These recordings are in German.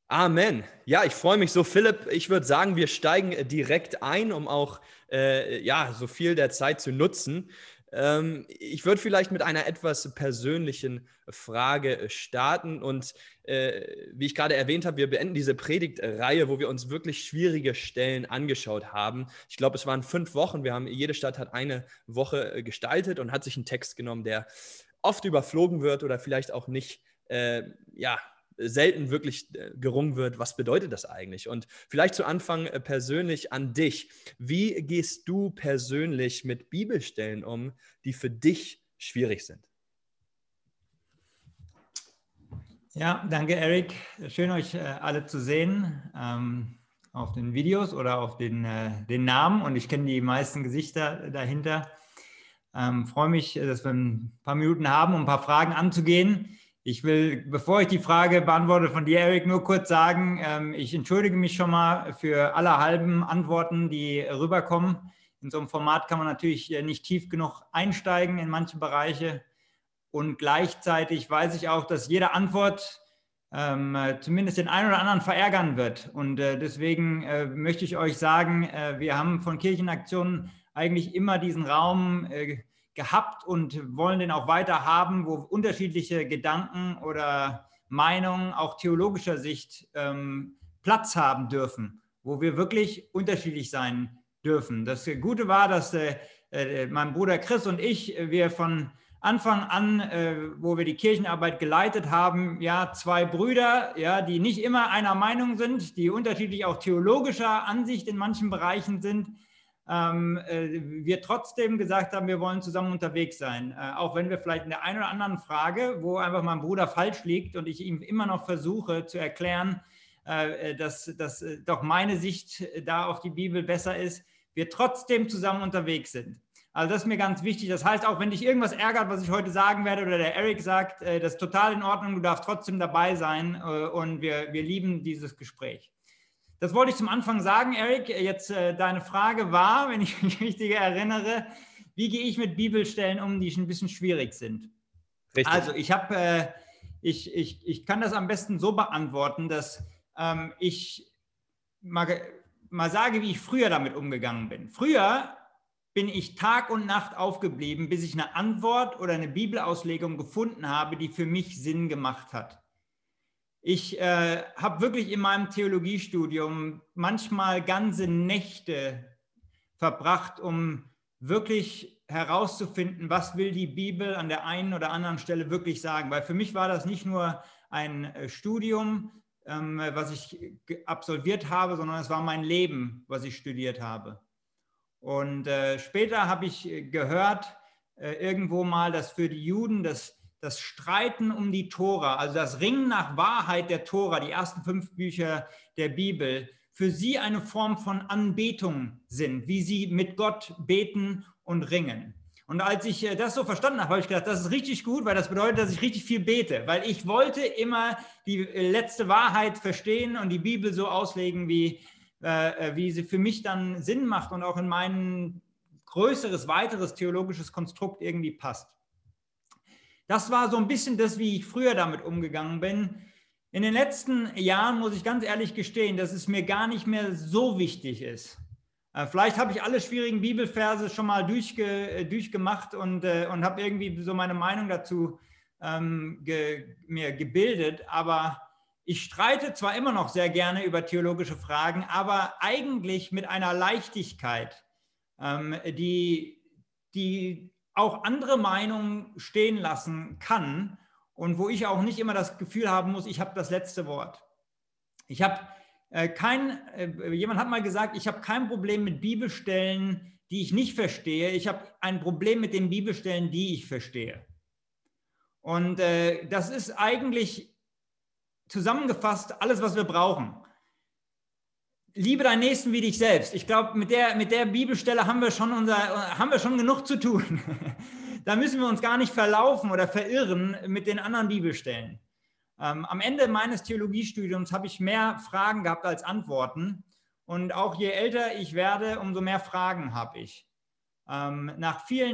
Amen. Ja, ich freue mich so, Philipp. Ich würde sagen, wir steigen direkt ein, um auch so viel der Zeit zu nutzen. Ich würde vielleicht mit einer etwas persönlichen Frage starten. Und wie ich gerade erwähnt habe, wir beenden diese Predigtreihe, wo wir uns wirklich schwierige Stellen angeschaut haben. Ich glaube, es waren 5 Wochen. Jede Stadt hat eine Woche gestaltet und hat sich einen Text genommen, der oft überflogen wird oder vielleicht auch nicht, selten wirklich gerungen wird, was bedeutet das eigentlich? Und vielleicht zu Anfang persönlich an dich. Wie gehst du persönlich mit Bibelstellen um, die für dich schwierig sind? Ja, danke, Eric. Schön, euch alle zu sehen auf den Videos oder auf den Namen. Und ich kenne die meisten Gesichter dahinter. Freue mich, dass wir ein paar Minuten haben, um ein paar Fragen anzugehen. Ich will, bevor ich die Frage beantworte von dir, Eric, nur kurz sagen, ich entschuldige mich schon mal für alle halben Antworten, die rüberkommen. In so einem Format kann man natürlich nicht tief genug einsteigen in manche Bereiche. Und gleichzeitig weiß ich auch, dass jede Antwort zumindest den einen oder anderen verärgern wird. Und deswegen möchte ich euch sagen, wir haben von Kirchenaktionen eigentlich immer diesen Raum gehabt und wollen den auch weiter haben, wo unterschiedliche Gedanken oder Meinungen auch theologischer Sicht Platz haben dürfen, wo wir wirklich unterschiedlich sein dürfen. Das Gute war, dass mein Bruder Chris und ich, wir von Anfang an, wo wir die Kirchenarbeit geleitet haben, ja, 2 Brüder, ja, die nicht immer einer Meinung sind, die unterschiedlich auch theologischer Ansicht in manchen Bereichen sind, wir trotzdem gesagt haben, wir wollen zusammen unterwegs sein. Auch wenn wir vielleicht in der einen oder anderen Frage, wo einfach mein Bruder falsch liegt und ich ihm immer noch versuche zu erklären, dass doch meine Sicht da auf die Bibel besser ist, wir trotzdem zusammen unterwegs sind. Also das ist mir ganz wichtig. Das heißt, auch wenn dich irgendwas ärgert, was ich heute sagen werde oder der Eric sagt, das ist total in Ordnung, du darfst trotzdem dabei sein und wir lieben dieses Gespräch. Das wollte ich zum Anfang sagen, Eric. Jetzt deine Frage war, wenn ich mich richtig erinnere, wie gehe ich mit Bibelstellen um, die ein bisschen schwierig sind? Richtig. Also ich kann das am besten so beantworten, dass ich mal sage, wie ich früher damit umgegangen bin. Früher bin ich Tag und Nacht aufgeblieben, bis ich eine Antwort oder eine Bibelauslegung gefunden habe, die für mich Sinn gemacht hat. Ich habe wirklich in meinem Theologiestudium manchmal ganze Nächte verbracht, um wirklich herauszufinden, was will die Bibel an der einen oder anderen Stelle wirklich sagen. Weil für mich war das nicht nur ein Studium, was ich absolviert habe, sondern es war mein Leben, was ich studiert habe. Und später habe ich gehört, irgendwo mal, dass für die Juden das Streiten um die Tora, also das Ringen nach Wahrheit der Tora, die ersten 5 Bücher der Bibel, für sie eine Form von Anbetung sind, wie sie mit Gott beten und ringen. Und als ich das so verstanden habe, habe ich gedacht, das ist richtig gut, weil das bedeutet, dass ich richtig viel bete, weil ich wollte immer die letzte Wahrheit verstehen und die Bibel so auslegen, wie sie für mich dann Sinn macht und auch in mein größeres, weiteres theologisches Konstrukt irgendwie passt. Das war so ein bisschen das, wie ich früher damit umgegangen bin. In den letzten Jahren muss ich ganz ehrlich gestehen, dass es mir gar nicht mehr so wichtig ist. Vielleicht habe ich alle schwierigen Bibelverse schon mal durchgemacht und habe irgendwie so meine Meinung dazu mir gebildet, aber ich streite zwar immer noch sehr gerne über theologische Fragen, aber eigentlich mit einer Leichtigkeit, die auch andere Meinungen stehen lassen kann und wo ich auch nicht immer das Gefühl haben muss, ich habe das letzte Wort. Ich habe jemand hat mal gesagt, ich habe kein Problem mit Bibelstellen, die ich nicht verstehe. Ich habe ein Problem mit den Bibelstellen, die ich verstehe. Und das ist eigentlich zusammengefasst alles, was wir brauchen. Liebe deinen Nächsten wie dich selbst. Ich glaube, mit der Bibelstelle haben wir schon genug zu tun. Da müssen wir uns gar nicht verlaufen oder verirren mit den anderen Bibelstellen. Am Ende meines Theologiestudiums habe ich mehr Fragen gehabt als Antworten. Und auch je älter ich werde, umso mehr Fragen habe ich. Nach 4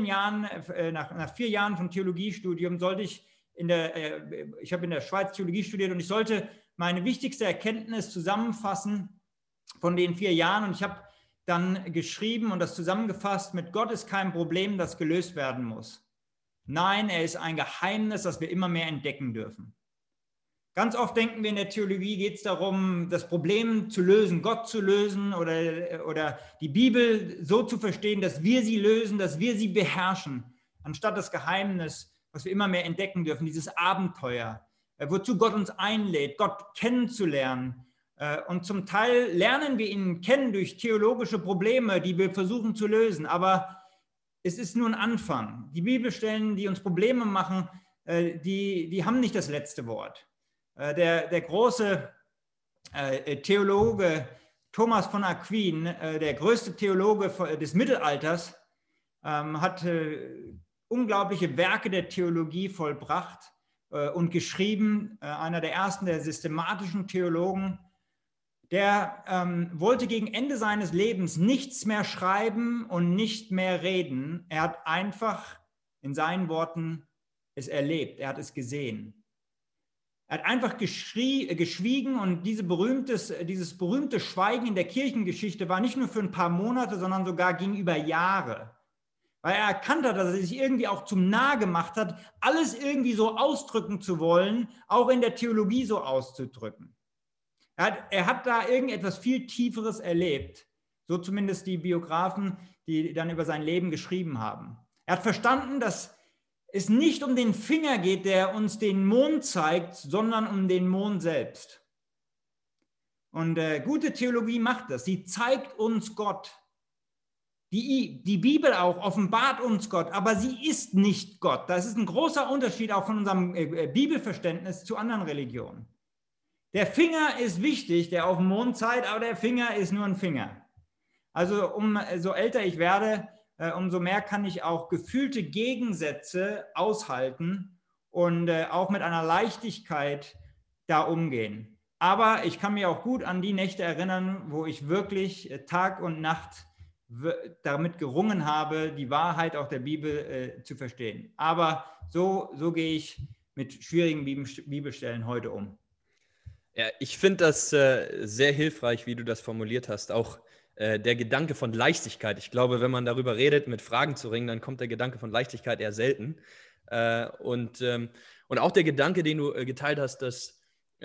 Jahren von Theologiestudium sollte ich ich habe in der Schweiz Theologie studiert und ich sollte meine wichtigste Erkenntnis zusammenfassen von den 4 Jahren. Und ich habe dann geschrieben und das zusammengefasst: Mit Gott ist kein Problem, das gelöst werden muss. Nein, er ist ein Geheimnis, das wir immer mehr entdecken dürfen. Ganz oft denken wir, in der Theologie geht es darum, das Problem zu lösen, Gott zu lösen oder die Bibel so zu verstehen, dass wir sie lösen, dass wir sie beherrschen, anstatt das Geheimnis, was wir immer mehr entdecken dürfen, dieses Abenteuer, wozu Gott uns einlädt, Gott kennenzulernen. Und zum Teil lernen wir ihn kennen durch theologische Probleme, die wir versuchen zu lösen, aber es ist nur ein Anfang. Die Bibelstellen, die uns Probleme machen, die haben nicht das letzte Wort. Der große Theologe Thomas von Aquin, der größte Theologe des Mittelalters, hat unglaubliche Werke der Theologie vollbracht und geschrieben. Einer der ersten der systematischen Theologen, der wollte gegen Ende seines Lebens nichts mehr schreiben und nicht mehr reden. Er hat einfach in seinen Worten es erlebt, er hat es gesehen. Er hat einfach geschwiegen und dieses berühmte Schweigen in der Kirchengeschichte war nicht nur für ein paar Monate, sondern sogar ging über Jahre. Weil er erkannt hat, dass er sich irgendwie auch zum Nahe gemacht hat, alles irgendwie so ausdrücken zu wollen, auch in der Theologie so auszudrücken. Er hat da irgendetwas viel Tieferes erlebt, so zumindest die Biografen, die dann über sein Leben geschrieben haben. Er hat verstanden, dass es nicht um den Finger geht, der uns den Mond zeigt, sondern um den Mond selbst. Und gute Theologie macht das. Sie zeigt uns Gott. Die Bibel auch offenbart uns Gott, aber sie ist nicht Gott. Das ist ein großer Unterschied auch von unserem Bibelverständnis zu anderen Religionen. Der Finger ist wichtig, der auf dem Mond zeigt, aber der Finger ist nur ein Finger. Also so älter ich werde, umso mehr kann ich auch gefühlte Gegensätze aushalten und auch mit einer Leichtigkeit da umgehen. Aber ich kann mich auch gut an die Nächte erinnern, wo ich wirklich Tag und Nacht damit gerungen habe, die Wahrheit auch der Bibel zu verstehen. Aber so gehe ich mit schwierigen Bibelstellen heute um. Ja, ich finde das sehr hilfreich, wie du das formuliert hast. Auch der Gedanke von Leichtigkeit. Ich glaube, wenn man darüber redet, mit Fragen zu ringen, dann kommt der Gedanke von Leichtigkeit eher selten. Und auch der Gedanke, den du geteilt hast, dass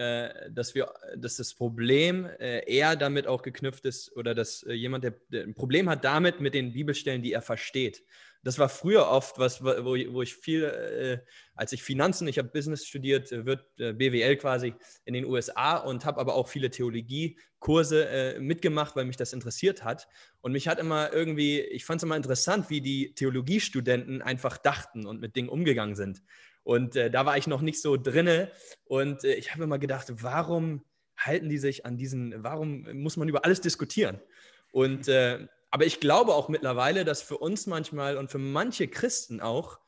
das Problem eher damit auch geknüpft ist oder dass jemand, der ein Problem hat damit mit den Bibelstellen, die er versteht. Das war früher oft was, wo ich viel, als ich ich habe Business studiert, BWL quasi in den USA und habe aber auch viele Theologiekurse mitgemacht, weil mich das interessiert hat. Und ich fand es immer interessant, wie die Theologiestudenten einfach dachten und mit Dingen umgegangen sind. Und da war ich noch nicht so drinne und ich habe immer gedacht, warum halten die sich warum muss man über alles diskutieren? Und aber ich glaube auch mittlerweile, dass für uns manchmal und für manche Christen auch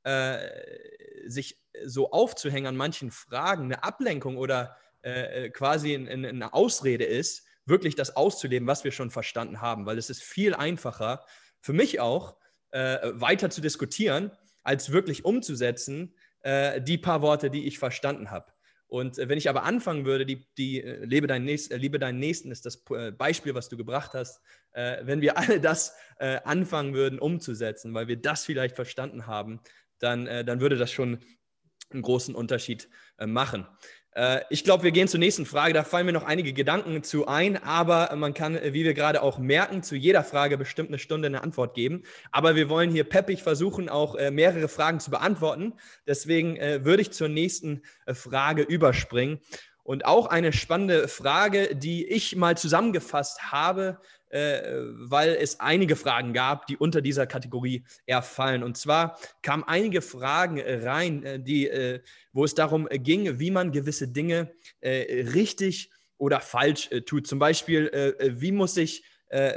sich so aufzuhängen an manchen Fragen eine Ablenkung oder quasi eine Ausrede ist, wirklich das auszuleben, was wir schon verstanden haben. Weil es ist viel einfacher, für mich auch, weiter zu diskutieren, als wirklich umzusetzen, die paar Worte, die ich verstanden habe. Und wenn ich aber anfangen würde, liebe deinen Nächsten ist das Beispiel, was du gebracht hast, wenn wir alle das anfangen würden umzusetzen, weil wir das vielleicht verstanden haben, dann würde das schon einen großen Unterschied machen. Ich glaube, wir gehen zur nächsten Frage. Da fallen mir noch einige Gedanken zu ein, aber man kann, wie wir gerade auch merken, zu jeder Frage bestimmt eine Stunde eine Antwort geben. Aber wir wollen hier peppig versuchen, auch mehrere Fragen zu beantworten. Deswegen würde ich zur nächsten Frage überspringen. Und auch eine spannende Frage, die ich mal zusammengefasst habe, weil es einige Fragen gab, die unter dieser Kategorie eher fallen. Und zwar kamen einige Fragen rein, wo es darum ging, wie man gewisse Dinge richtig oder falsch tut. Zum Beispiel, wie muss ich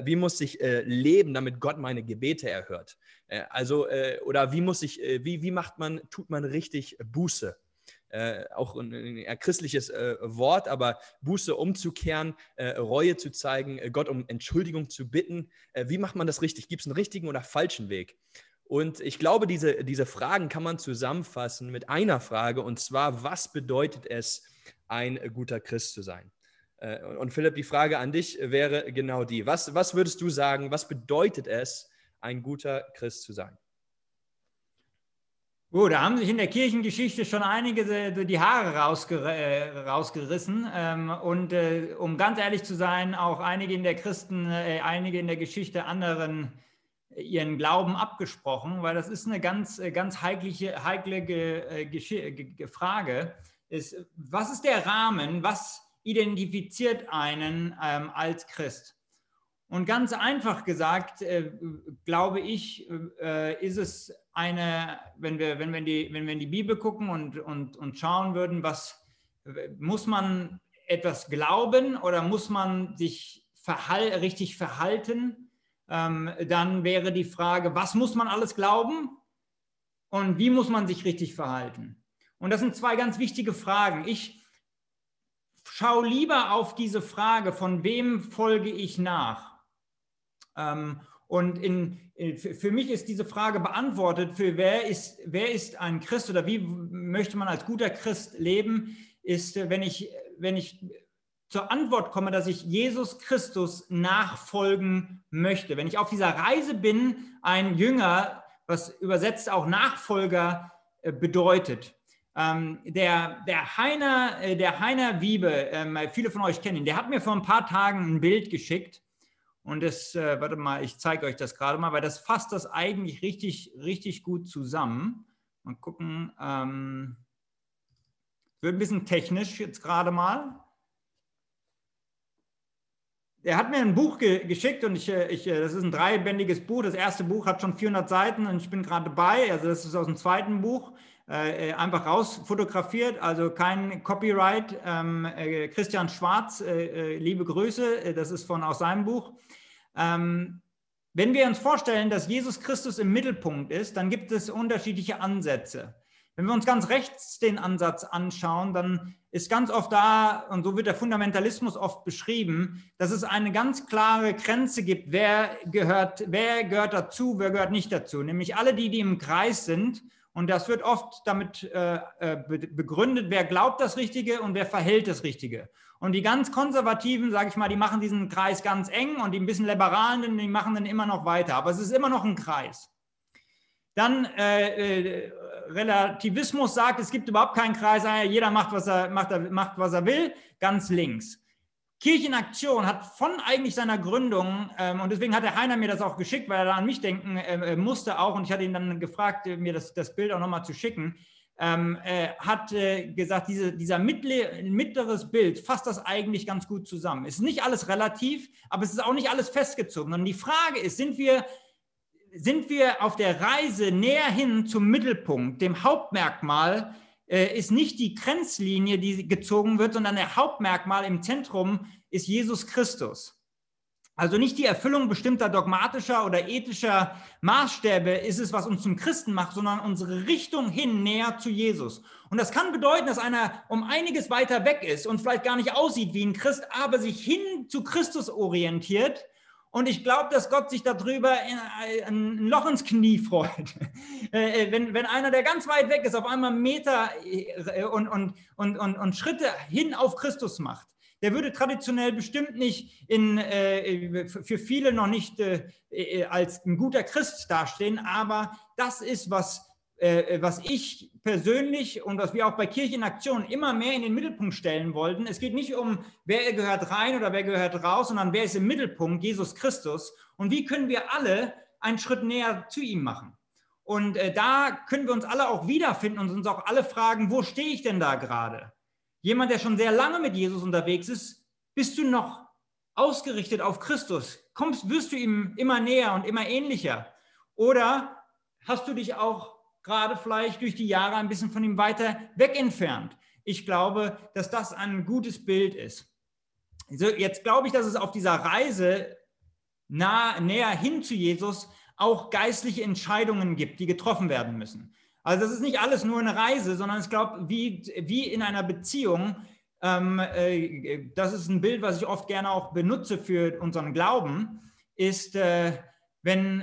leben, damit Gott meine Gebete erhört? Oder tut man richtig Buße? Auch ein eher christliches Wort, aber Buße umzukehren, Reue zu zeigen, Gott um Entschuldigung zu bitten. Wie macht man das richtig? Gibt es einen richtigen oder falschen Weg? Und ich glaube, diese Fragen kann man zusammenfassen mit einer Frage, und zwar, was bedeutet es, ein guter Christ zu sein. Und Philipp, die Frage an dich wäre genau die. Was würdest du sagen, was bedeutet es, ein guter Christ zu sein? Gut, da haben sich in der Kirchengeschichte schon einige die Haare rausgerissen. Um ganz ehrlich zu sein, auch einige in der Geschichte anderen ihren Glauben abgesprochen, weil das ist eine ganz heikle Frage. Was ist der Rahmen? Was identifiziert einen als Christ? Und ganz einfach gesagt, glaube ich, ist es wenn wir in die Bibel gucken und schauen würden, muss man etwas glauben oder muss man sich richtig verhalten, dann wäre die Frage, was muss man alles glauben und wie muss man sich richtig verhalten? Und das sind zwei ganz wichtige Fragen. Ich schaue lieber auf diese Frage, von wem folge ich nach? Und für mich ist diese Frage beantwortet, für wer ist ein Christ oder wie möchte man als guter Christ leben, ist, wenn ich zur Antwort komme, dass ich Jesus Christus nachfolgen möchte. Wenn ich auf dieser Reise bin, ein Jünger, was übersetzt auch Nachfolger bedeutet. Der Heiner Wiebe, viele von euch kennen ihn, der hat mir vor ein paar Tagen ein Bild geschickt. Und warte mal, ich zeige euch das gerade mal, weil das fasst das eigentlich richtig, richtig gut zusammen. Mal gucken, wird ein bisschen technisch jetzt gerade mal. Er hat mir ein Buch geschickt und das ist ein 3-bändiges Buch. Das erste Buch hat schon 400 Seiten und ich bin gerade dabei. Also das ist aus dem zweiten Buch. Einfach rausfotografiert, also kein Copyright. Christian Schwarz, liebe Grüße, das ist aus seinem Buch. Wenn wir uns vorstellen, dass Jesus Christus im Mittelpunkt ist, dann gibt es unterschiedliche Ansätze. Wenn wir uns ganz rechts den Ansatz anschauen, dann ist ganz oft da, und so wird der Fundamentalismus oft beschrieben, dass es eine ganz klare Grenze gibt, wer gehört dazu, wer gehört nicht dazu. Nämlich alle die im Kreis sind. Und das wird oft damit begründet, wer glaubt das Richtige und wer verhält das Richtige. Und die ganz Konservativen, sage ich mal, die machen diesen Kreis ganz eng und die ein bisschen Liberalen, die machen dann immer noch weiter. Aber es ist immer noch ein Kreis. Dann Relativismus sagt, es gibt überhaupt keinen Kreis, jeder macht, was er will, ganz links. Kirchenaktion hat von eigentlich seiner Gründung, und deswegen hat der Heiner mir das auch geschickt, weil er da an mich denken musste auch, und ich hatte ihn dann gefragt, mir das Bild auch nochmal zu schicken, hat gesagt, dieser mittleres Bild fasst das eigentlich ganz gut zusammen. Es ist nicht alles relativ, aber es ist auch nicht alles festgezogen. Und die Frage ist, sind wir auf der Reise näher hin zum Mittelpunkt, dem Hauptmerkmal, ist nicht die Grenzlinie, die gezogen wird, sondern der Hauptmerkmal im Zentrum ist Jesus Christus. Also nicht die Erfüllung bestimmter dogmatischer oder ethischer Maßstäbe ist es, was uns zum Christen macht, sondern unsere Richtung hin näher zu Jesus. Und das kann bedeuten, dass einer um einiges weiter weg ist und vielleicht gar nicht aussieht wie ein Christ, aber sich hin zu Christus orientiert. Und ich glaube, dass Gott sich darüber ein Loch ins Knie freut. Wenn einer, der ganz weit weg ist, auf einmal Meter und Schritte hin auf Christus macht, der würde traditionell bestimmt nicht für viele noch nicht als ein guter Christ dastehen, aber das ist, was ich persönlich und was wir auch bei Kirche in Aktion immer mehr in den Mittelpunkt stellen wollten. Es geht nicht um, wer gehört rein oder wer gehört raus, sondern wer ist im Mittelpunkt, Jesus Christus. Und wie können wir alle einen Schritt näher zu ihm machen? Und da können wir uns alle auch wiederfinden und uns auch alle fragen, wo stehe ich denn da gerade? Jemand, der schon sehr lange mit Jesus unterwegs ist, bist du noch ausgerichtet auf Christus? Wirst du ihm immer näher und immer ähnlicher? Oder hast du dich auch gerade vielleicht durch die Jahre ein bisschen von ihm weiter weg entfernt? Ich glaube, dass das ein gutes Bild ist. Also jetzt glaube ich, dass es auf dieser Reise näher hin zu Jesus auch geistliche Entscheidungen gibt, die getroffen werden müssen. Also das ist nicht alles nur eine Reise, sondern ich glaube, wie in einer Beziehung, das ist ein Bild, was ich oft gerne auch benutze für unseren Glauben, ist, wenn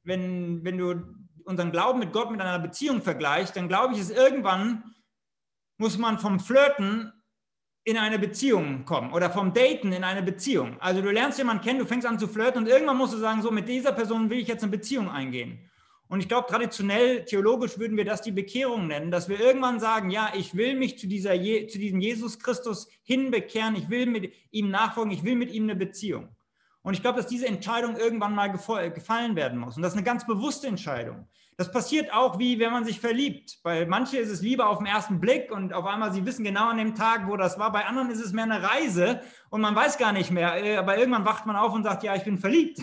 du unseren Glauben mit Gott mit einer Beziehung vergleichst, dann glaube ich, ist irgendwann muss man vom Flirten in eine Beziehung kommen oder vom Daten in eine Beziehung. Also du lernst jemanden kennen, du fängst an zu flirten und irgendwann musst du sagen, so mit dieser Person will ich jetzt eine Beziehung eingehen. Und ich glaube, traditionell, theologisch würden wir das die Bekehrung nennen, dass wir irgendwann sagen, ja, ich will mich zu diesem Jesus Christus hinbekehren, ich will mit ihm nachfolgen, ich will mit ihm eine Beziehung. Und ich glaube, dass diese Entscheidung irgendwann mal gefallen werden muss. Und das ist eine ganz bewusste Entscheidung. Das passiert auch, wie wenn man sich verliebt. Bei manchen ist es Liebe auf den ersten Blick und auf einmal, sie wissen genau an dem Tag, wo das war. Bei anderen ist es mehr eine Reise und man weiß gar nicht mehr. Aber irgendwann wacht man auf und sagt, ja, ich bin verliebt.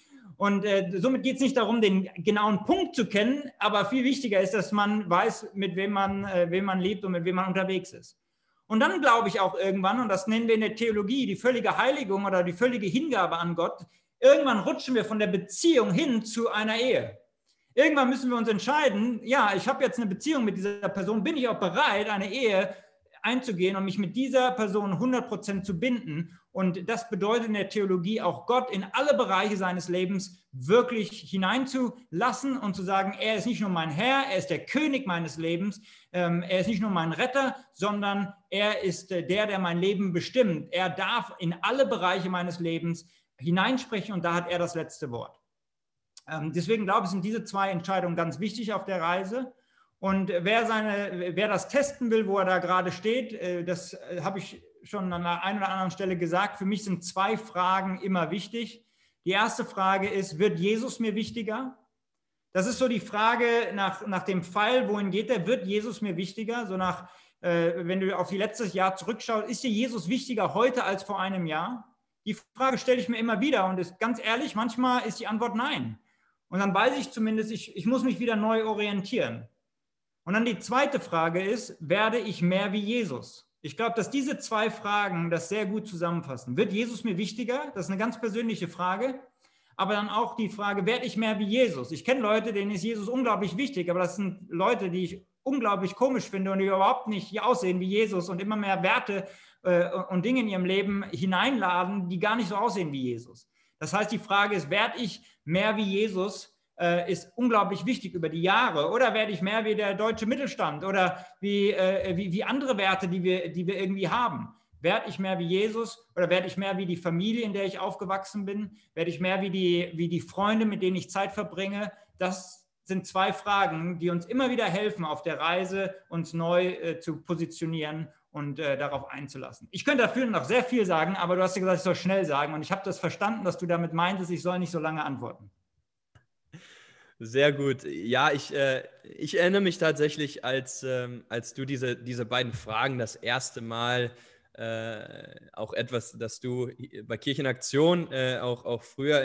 Und somit geht es nicht darum, den genauen Punkt zu kennen, aber viel wichtiger ist, dass man weiß, mit wem man lebt und mit wem man unterwegs ist. Und dann glaube ich auch irgendwann, und das nennen wir in der Theologie die völlige Heiligung oder die völlige Hingabe an Gott, irgendwann rutschen wir von der Beziehung hin zu einer Ehe. Irgendwann müssen wir uns entscheiden, ja, ich habe jetzt eine Beziehung mit dieser Person, bin ich auch bereit, eine Ehe einzugehen und mich mit dieser Person 100% zu binden. Und das bedeutet in der Theologie auch Gott in alle Bereiche seines Lebens wirklich hineinzulassen und zu sagen, er ist nicht nur mein Herr, er ist der König meines Lebens, er ist nicht nur mein Retter, sondern er ist der mein Leben bestimmt. Er darf in alle Bereiche meines Lebens hineinsprechen und da hat er das letzte Wort. Deswegen glaube ich, sind diese zwei Entscheidungen ganz wichtig auf der Reise. Und wer das testen will, wo er da gerade steht, das habe ich schon an der einen oder anderen Stelle gesagt. Für mich sind zwei Fragen immer wichtig. Die erste Frage ist, wird Jesus mir wichtiger? Das ist so die Frage nach dem Pfeil, wohin geht der? Wird Jesus mir wichtiger? So wenn du auf die letztes Jahr zurückschaust, ist dir Jesus wichtiger heute als vor einem Jahr? Die Frage stelle ich mir immer wieder und ist ganz ehrlich, manchmal ist die Antwort nein. Und dann weiß ich zumindest, ich muss mich wieder neu orientieren. Und dann die zweite Frage ist, werde ich mehr wie Jesus? Ich glaube, dass diese zwei Fragen das sehr gut zusammenfassen. Wird Jesus mir wichtiger? Das ist eine ganz persönliche Frage. Aber dann auch die Frage, werde ich mehr wie Jesus? Ich kenne Leute, denen ist Jesus unglaublich wichtig, aber das sind Leute, die ich unglaublich komisch finde und die überhaupt nicht aussehen wie Jesus und immer mehr Werte und Dinge in ihrem Leben hineinladen, die gar nicht so aussehen wie Jesus. Das heißt, die Frage ist, werde ich mehr wie Jesus? Ist unglaublich wichtig über die Jahre. Oder werde ich mehr wie der deutsche Mittelstand oder wie andere Werte, die wir irgendwie haben? Werde ich mehr wie Jesus oder werde ich mehr wie die Familie, in der ich aufgewachsen bin? Werde ich mehr wie die Freunde, mit denen ich Zeit verbringe? Das sind zwei Fragen, die uns immer wieder helfen, auf der Reise uns neu zu positionieren und darauf einzulassen. Ich könnte dafür noch sehr viel sagen, aber du hast ja gesagt, ich soll schnell sagen. Und ich habe das verstanden, dass du damit meintest, ich soll nicht so lange antworten. Sehr gut. Ja, ich erinnere mich tatsächlich, als du diese beiden Fragen das erste Mal auch etwas, dass du bei Kirchenaktion auch früher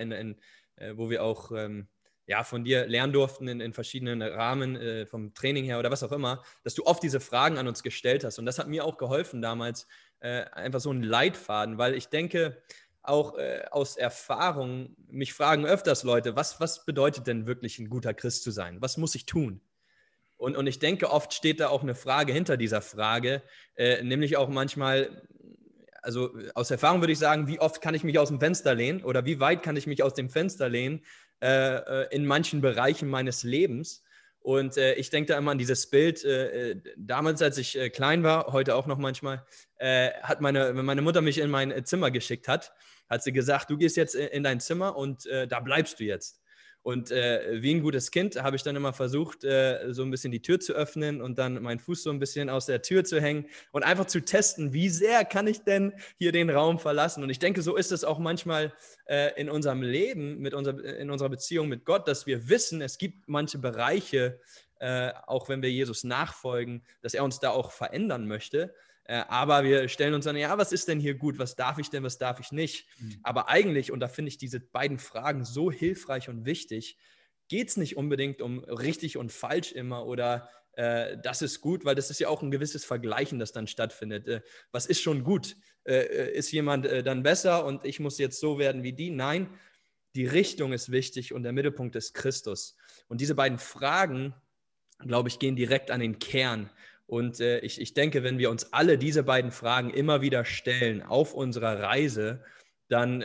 wo wir auch von dir lernen durften in verschiedenen Rahmen vom Training her oder was auch immer, dass du oft diese Fragen an uns gestellt hast. Und das hat mir auch geholfen damals, einfach so einen Leitfaden, weil ich denke, auch aus Erfahrung, mich fragen öfters Leute, was bedeutet denn wirklich ein guter Christ zu sein? Was muss ich tun? Und ich denke, oft steht da auch eine Frage hinter dieser Frage, nämlich auch manchmal, also aus Erfahrung würde ich sagen, wie oft kann ich mich aus dem Fenster lehnen oder wie weit kann ich mich aus dem Fenster lehnen in manchen Bereichen meines Lebens? Und ich denke da immer an dieses Bild, damals, als ich klein war, heute auch noch manchmal, wenn meine Mutter mich in mein Zimmer geschickt hat sie gesagt, du gehst jetzt in dein Zimmer und da bleibst du jetzt. Und wie ein gutes Kind habe ich dann immer versucht, so ein bisschen die Tür zu öffnen und dann meinen Fuß so ein bisschen aus der Tür zu hängen und einfach zu testen, wie sehr kann ich denn hier den Raum verlassen. Und ich denke, so ist es auch manchmal in unserem Leben, in unserer Beziehung mit Gott, dass wir wissen, es gibt manche Bereiche, auch wenn wir Jesus nachfolgen, dass er uns da auch verändern möchte. Aber wir stellen uns dann, ja, was ist denn hier gut? Was darf ich denn, was darf ich nicht? Aber eigentlich, und da finde ich diese beiden Fragen so hilfreich und wichtig, geht es nicht unbedingt um richtig und falsch immer oder das ist gut, weil das ist ja auch ein gewisses Vergleichen, das dann stattfindet. Was ist schon gut? Ist jemand dann besser und ich muss jetzt so werden wie die? Nein, die Richtung ist wichtig und der Mittelpunkt ist Christus. Und diese beiden Fragen, glaube ich, gehen direkt an den Kern. Und ich denke, wenn wir uns alle diese beiden Fragen immer wieder stellen auf unserer Reise, dann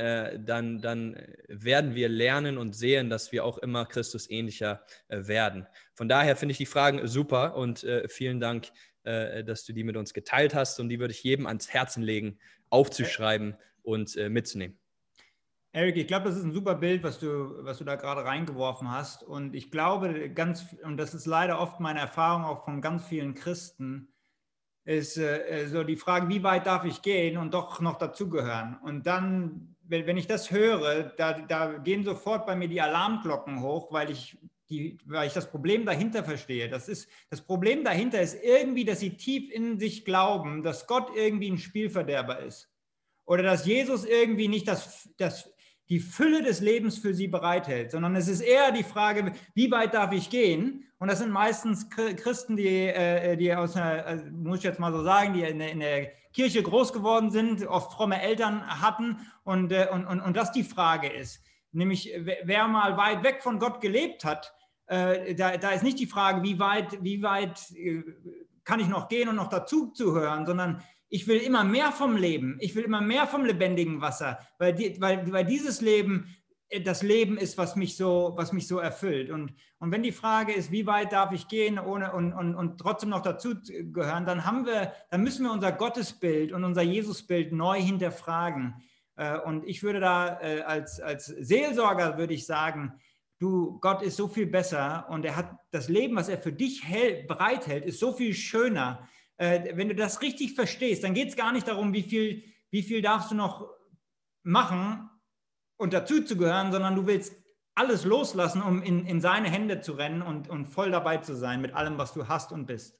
werden wir lernen und sehen, dass wir auch immer Christus ähnlicher werden. Von daher finde ich die Fragen super und vielen Dank dass du die mit uns geteilt hast und die würde ich jedem ans Herzen legen, aufzuschreiben und mitzunehmen. Eric, ich glaube, das ist ein super Bild, was du da gerade reingeworfen hast. Und ich glaube, und das ist leider oft meine Erfahrung auch von ganz vielen Christen, ist so die Frage, wie weit darf ich gehen und doch noch dazugehören? Und dann, wenn ich das höre, da gehen sofort bei mir die Alarmglocken hoch, weil ich das Problem dahinter verstehe. Das Problem dahinter ist irgendwie, dass sie tief in sich glauben, dass Gott irgendwie ein Spielverderber ist. Oder dass Jesus irgendwie nicht die Fülle des Lebens für sie bereithält, sondern es ist eher die Frage, wie weit darf ich gehen? Und das sind meistens Christen, die muss ich jetzt mal so sagen, die in der Kirche groß geworden sind, oft fromme Eltern hatten und das die Frage ist. Nämlich, wer mal weit weg von Gott gelebt hat, da ist nicht die Frage, wie weit kann ich noch gehen und noch dazu zu hören, sondern ich will immer mehr vom Leben, ich will immer mehr vom lebendigen Wasser, weil dieses Leben das Leben ist, was mich so erfüllt. Und wenn die Frage ist, wie weit darf ich gehen und trotzdem noch dazu gehören, dann müssen wir unser Gottesbild und unser Jesusbild neu hinterfragen. Und ich würde da als Seelsorger würde ich sagen, du, Gott ist so viel besser und er hat das Leben, was er für dich bereithält, ist so viel schöner. Wenn du das richtig verstehst, dann geht es gar nicht darum, wie viel darfst du noch machen und dazu zu gehören, sondern du willst alles loslassen, um in seine Hände zu rennen und voll dabei zu sein mit allem, was du hast und bist.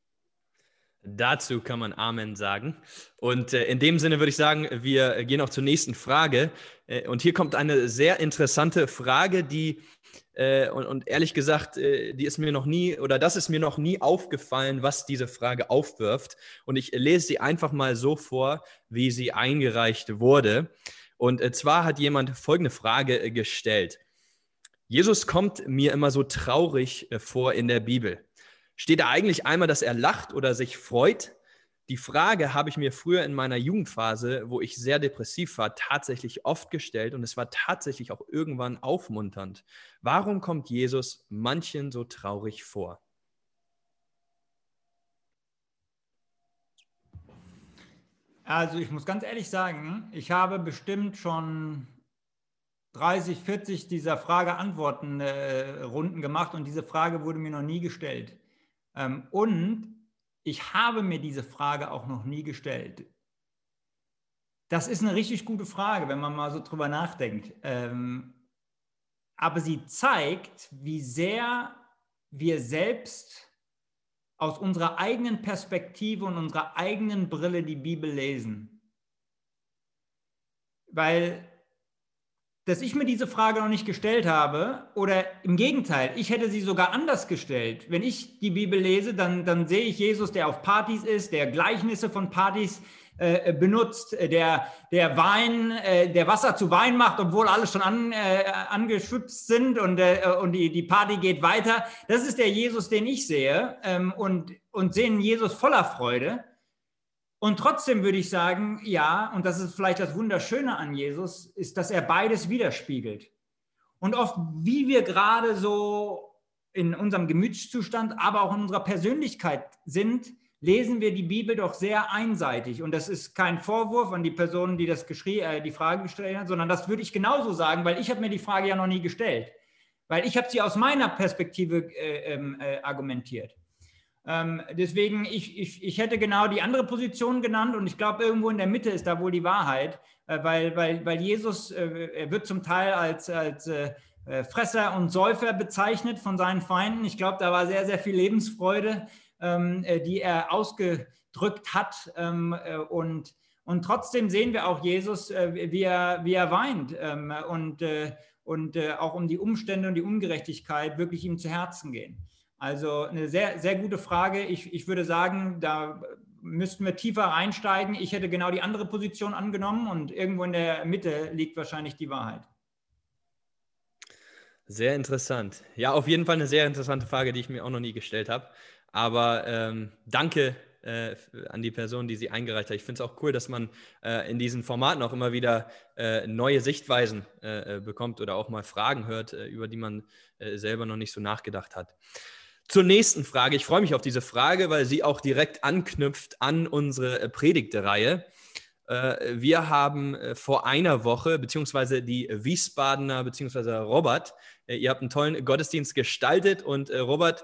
Dazu kann man Amen sagen. Und in dem Sinne würde ich sagen, wir gehen auch zur nächsten Frage. Und hier kommt eine sehr interessante Frage, die und ehrlich gesagt, das ist mir noch nie aufgefallen, was diese Frage aufwirft. Und ich lese sie einfach mal so vor, wie sie eingereicht wurde. Und zwar hat jemand folgende Frage gestellt. Jesus kommt mir immer so traurig vor in der Bibel. Steht da eigentlich einmal, dass er lacht oder sich freut? Die Frage habe ich mir früher in meiner Jugendphase, wo ich sehr depressiv war, tatsächlich oft gestellt und es war tatsächlich auch irgendwann aufmunternd. Warum kommt Jesus manchen so traurig vor? Also ich muss ganz ehrlich sagen, ich habe bestimmt schon 30, 40 dieser Frage-Antworten-Runden gemacht und diese Frage wurde mir noch nie gestellt. Und ich habe mir diese Frage auch noch nie gestellt. Das ist eine richtig gute Frage, wenn man mal so drüber nachdenkt. Aber sie zeigt, wie sehr wir selbst aus unserer eigenen Perspektive und unserer eigenen Brille die Bibel lesen. Weil dass ich mir diese Frage noch nicht gestellt habe oder im Gegenteil, ich hätte sie sogar anders gestellt. Wenn ich die Bibel lese, dann sehe ich Jesus, der auf Partys ist, der Gleichnisse von Partys benutzt, der Wasser zu Wein macht, obwohl alle schon angeschwipst sind und die Party geht weiter. Das ist der Jesus, den ich sehe und sehe einen Jesus voller Freude. Und trotzdem würde ich sagen, ja, und das ist vielleicht das Wunderschöne an Jesus, ist, dass er beides widerspiegelt. Und oft, wie wir gerade so in unserem Gemütszustand, aber auch in unserer Persönlichkeit sind, lesen wir die Bibel doch sehr einseitig. Und das ist kein Vorwurf an die Person, die die Frage gestellt hat, sondern das würde ich genauso sagen, weil ich habe mir die Frage ja noch nie gestellt. Weil ich habe sie aus meiner Perspektive argumentiert. Deswegen, ich hätte genau die andere Position genannt und ich glaube, irgendwo in der Mitte ist da wohl die Wahrheit, weil Jesus, er wird zum Teil als Fresser und Säufer bezeichnet von seinen Feinden. Ich glaube, da war sehr, sehr viel Lebensfreude, die er ausgedrückt hat und trotzdem sehen wir auch Jesus, wie er weint und auch um die Umstände und die Ungerechtigkeit wirklich ihm zu Herzen gehen. Also eine sehr, sehr gute Frage. Ich würde sagen, da müssten wir tiefer einsteigen. Ich hätte genau die andere Position angenommen und irgendwo in der Mitte liegt wahrscheinlich die Wahrheit. Sehr interessant. Ja, auf jeden Fall eine sehr interessante Frage, die ich mir auch noch nie gestellt habe. Aber danke an die Person, die sie eingereicht hat. Ich finde es auch cool, dass man in diesen Formaten auch immer wieder neue Sichtweisen bekommt oder auch mal Fragen hört, über die man selber noch nicht so nachgedacht hat. zur nächsten Frage. Ich freue mich auf diese Frage, weil sie auch direkt anknüpft an unsere Predigtreihe. Wir haben vor einer Woche, beziehungsweise die Wiesbadener, beziehungsweise Robert, ihr habt einen tollen Gottesdienst gestaltet und Robert,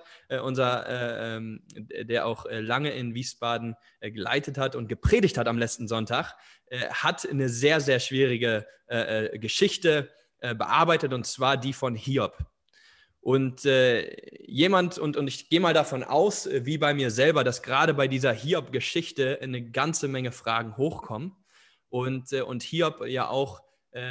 der auch lange in Wiesbaden geleitet hat und gepredigt hat am letzten Sonntag, hat eine sehr, sehr schwierige Geschichte bearbeitet, und zwar die von Hiob. Und und ich gehe mal davon aus, wie bei mir selber, dass gerade bei dieser Hiob-Geschichte eine ganze Menge Fragen hochkommen. Und Hiob ja auch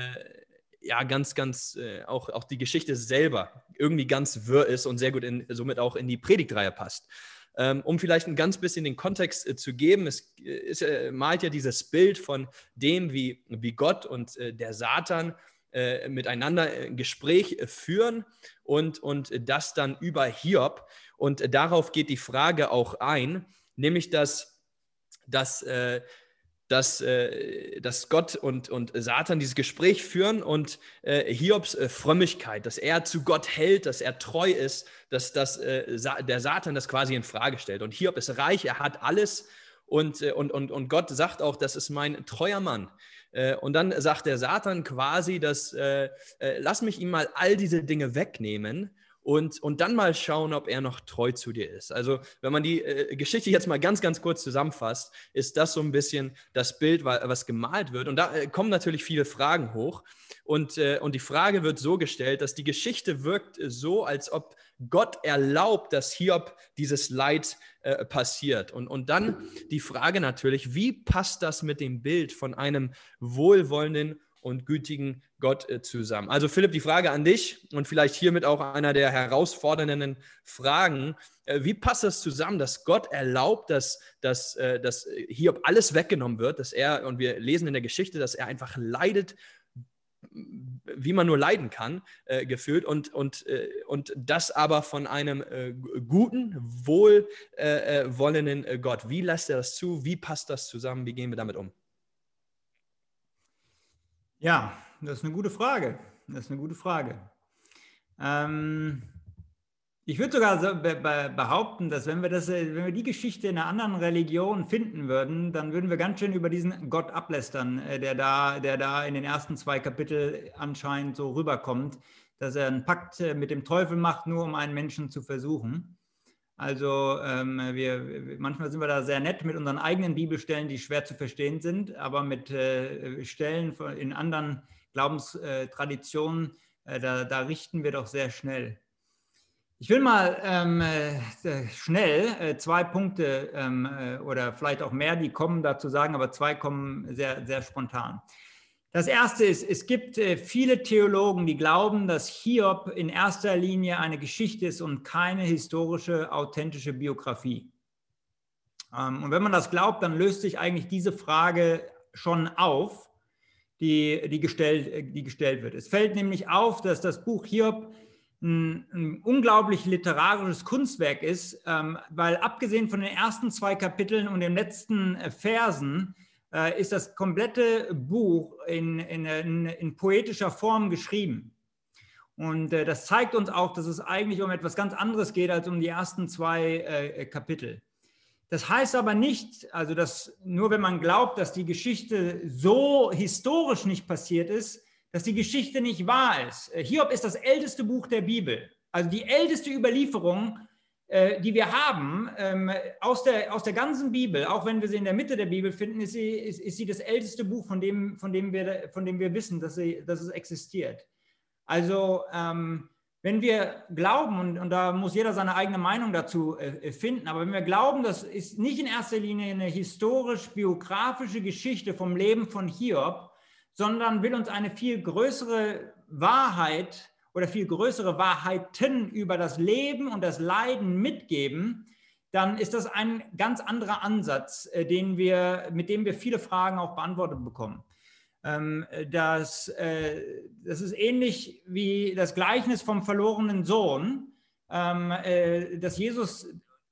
auch die Geschichte selber irgendwie ganz wirr ist und sehr gut somit auch in die Predigtreihe passt. Um vielleicht ein ganz bisschen den Kontext zu geben, malt ja dieses Bild von dem, wie Gott und der Satan miteinander ein Gespräch führen und das dann über Hiob. Und darauf geht die Frage auch ein, nämlich dass Gott und Satan dieses Gespräch führen und Hiobs Frömmigkeit, dass er zu Gott hält, dass er treu ist, dass der Satan das quasi in Frage stellt. Und Hiob ist reich, er hat alles und Gott sagt auch, das ist mein treuer Mann. Und dann sagt der Satan quasi, lass mich ihm mal all diese Dinge wegnehmen und dann mal schauen, ob er noch treu zu dir ist. Also wenn man die Geschichte jetzt mal ganz, ganz kurz zusammenfasst, ist das so ein bisschen das Bild, was gemalt wird. Und da kommen natürlich viele Fragen hoch. Und die Frage wird so gestellt, dass die Geschichte wirkt so, als ob Gott erlaubt, dass Hiob dieses Leid passiert. Und dann die Frage natürlich, wie passt das mit dem Bild von einem wohlwollenden und gütigen Gott zusammen? Also Philipp, die Frage an dich und vielleicht hiermit auch einer der herausfordernden Fragen. Wie passt das zusammen, dass Gott erlaubt, dass Hiob alles weggenommen wird, und wir lesen in der Geschichte, dass er einfach leidet, wie man nur leiden kann, gefühlt, und das aber von einem guten, wohlwollenden Gott. Wie lässt er das zu? Wie passt das zusammen? Wie gehen wir damit um? Ja, das ist eine gute Frage. Ich würde sogar behaupten, dass wenn wir die Geschichte in einer anderen Religion finden würden, dann würden wir ganz schön über diesen Gott ablästern, der da in den ersten 2 Kapiteln anscheinend so rüberkommt, dass er einen Pakt mit dem Teufel macht, nur um einen Menschen zu versuchen. Also manchmal sind wir da sehr nett mit unseren eigenen Bibelstellen, die schwer zu verstehen sind, aber mit Stellen in anderen Glaubenstraditionen, da richten wir doch sehr schnell. Ich will mal schnell 2 Punkte oder vielleicht auch mehr, die kommen dazu sagen, aber 2 kommen sehr, sehr spontan. Das erste ist, es gibt viele Theologen, die glauben, dass Hiob in erster Linie eine Geschichte ist und keine historische, authentische Biografie. Und wenn man das glaubt, dann löst sich eigentlich diese Frage schon auf, die gestellt wird. Es fällt nämlich auf, dass das Buch Hiob ein unglaublich literarisches Kunstwerk ist, weil abgesehen von den ersten 2 Kapiteln und den letzten Versen ist das komplette Buch in poetischer Form geschrieben. Und das zeigt uns auch, dass es eigentlich um etwas ganz anderes geht als um die ersten 2 Kapitel. Das heißt aber nicht, also dass nur wenn man glaubt, dass die Geschichte so historisch nicht passiert ist, dass die Geschichte nicht wahr ist. Hiob ist das älteste Buch der Bibel, also die älteste Überlieferung, die wir haben aus der ganzen Bibel. Auch wenn wir sie in der Mitte der Bibel finden, ist sie das älteste Buch, von dem wir wissen, dass es existiert. Also wenn wir glauben, und da muss jeder seine eigene Meinung dazu finden, aber wenn wir glauben, das ist nicht in erster Linie eine historisch-biografische Geschichte vom Leben von Hiob, sondern will uns eine viel größere Wahrheit oder viel größere Wahrheiten über das Leben und das Leiden mitgeben, dann ist das ein ganz anderer Ansatz, mit dem wir viele Fragen auch beantwortet bekommen. Das ist ähnlich wie das Gleichnis vom verlorenen Sohn, das Jesus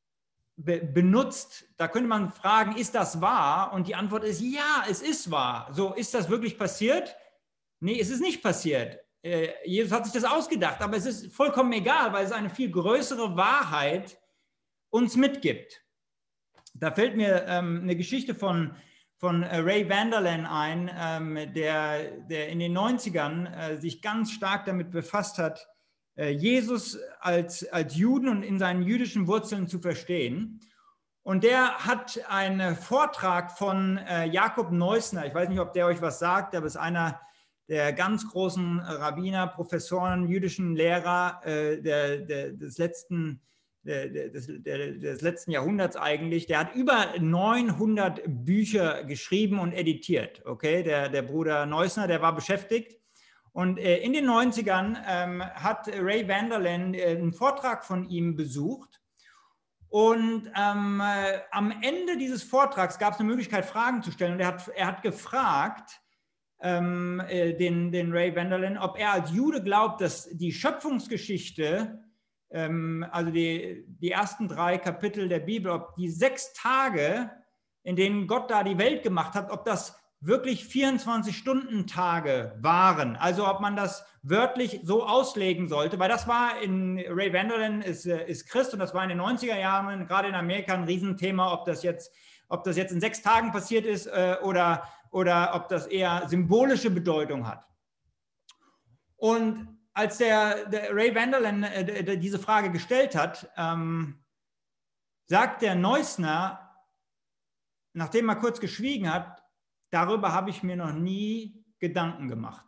benutzt. Da könnte man fragen, ist das wahr? Und die Antwort ist ja, es ist wahr. So, ist das wirklich passiert? Nee, es ist nicht passiert. Jesus hat sich das ausgedacht, aber es ist vollkommen egal, weil es eine viel größere Wahrheit uns mitgibt. Da fällt mir eine Geschichte von Ray Vanderlaan ein, der in den 90ern sich ganz stark damit befasst hat, Jesus als Juden und in seinen jüdischen Wurzeln zu verstehen. Und der hat einen Vortrag von Jakob Neusner, ich weiß nicht, ob der euch was sagt, aber ist einer der ganz großen Rabbiner, Professoren, jüdischen Lehrer des letzten Jahrhunderts eigentlich. Der hat über 900 Bücher geschrieben und editiert. Okay, der Bruder Neusner, der war beschäftigt. Und in den 90ern hat Ray Vanderlaan einen Vortrag von ihm besucht. Und am Ende dieses Vortrags gab es eine Möglichkeit, Fragen zu stellen. Und er hat gefragt, den Ray Vanderlaan, ob er als Jude glaubt, dass die Schöpfungsgeschichte, also die ersten 3 Kapitel der Bibel, ob die 6 Tage, in denen Gott da die Welt gemacht hat, ob das wirklich 24-Stunden-Tage waren. Also ob man das wörtlich so auslegen sollte, weil das war Ray Vanderlaan ist Christ und das war in den 90er Jahren, gerade in Amerika, ein Riesenthema, ob das jetzt in 6 Tagen passiert ist oder ob das eher symbolische Bedeutung hat. Und als der Ray Vanderlaan diese Frage gestellt hat, sagt der Neusner, nachdem er kurz geschwiegen hat, darüber habe ich mir noch nie Gedanken gemacht.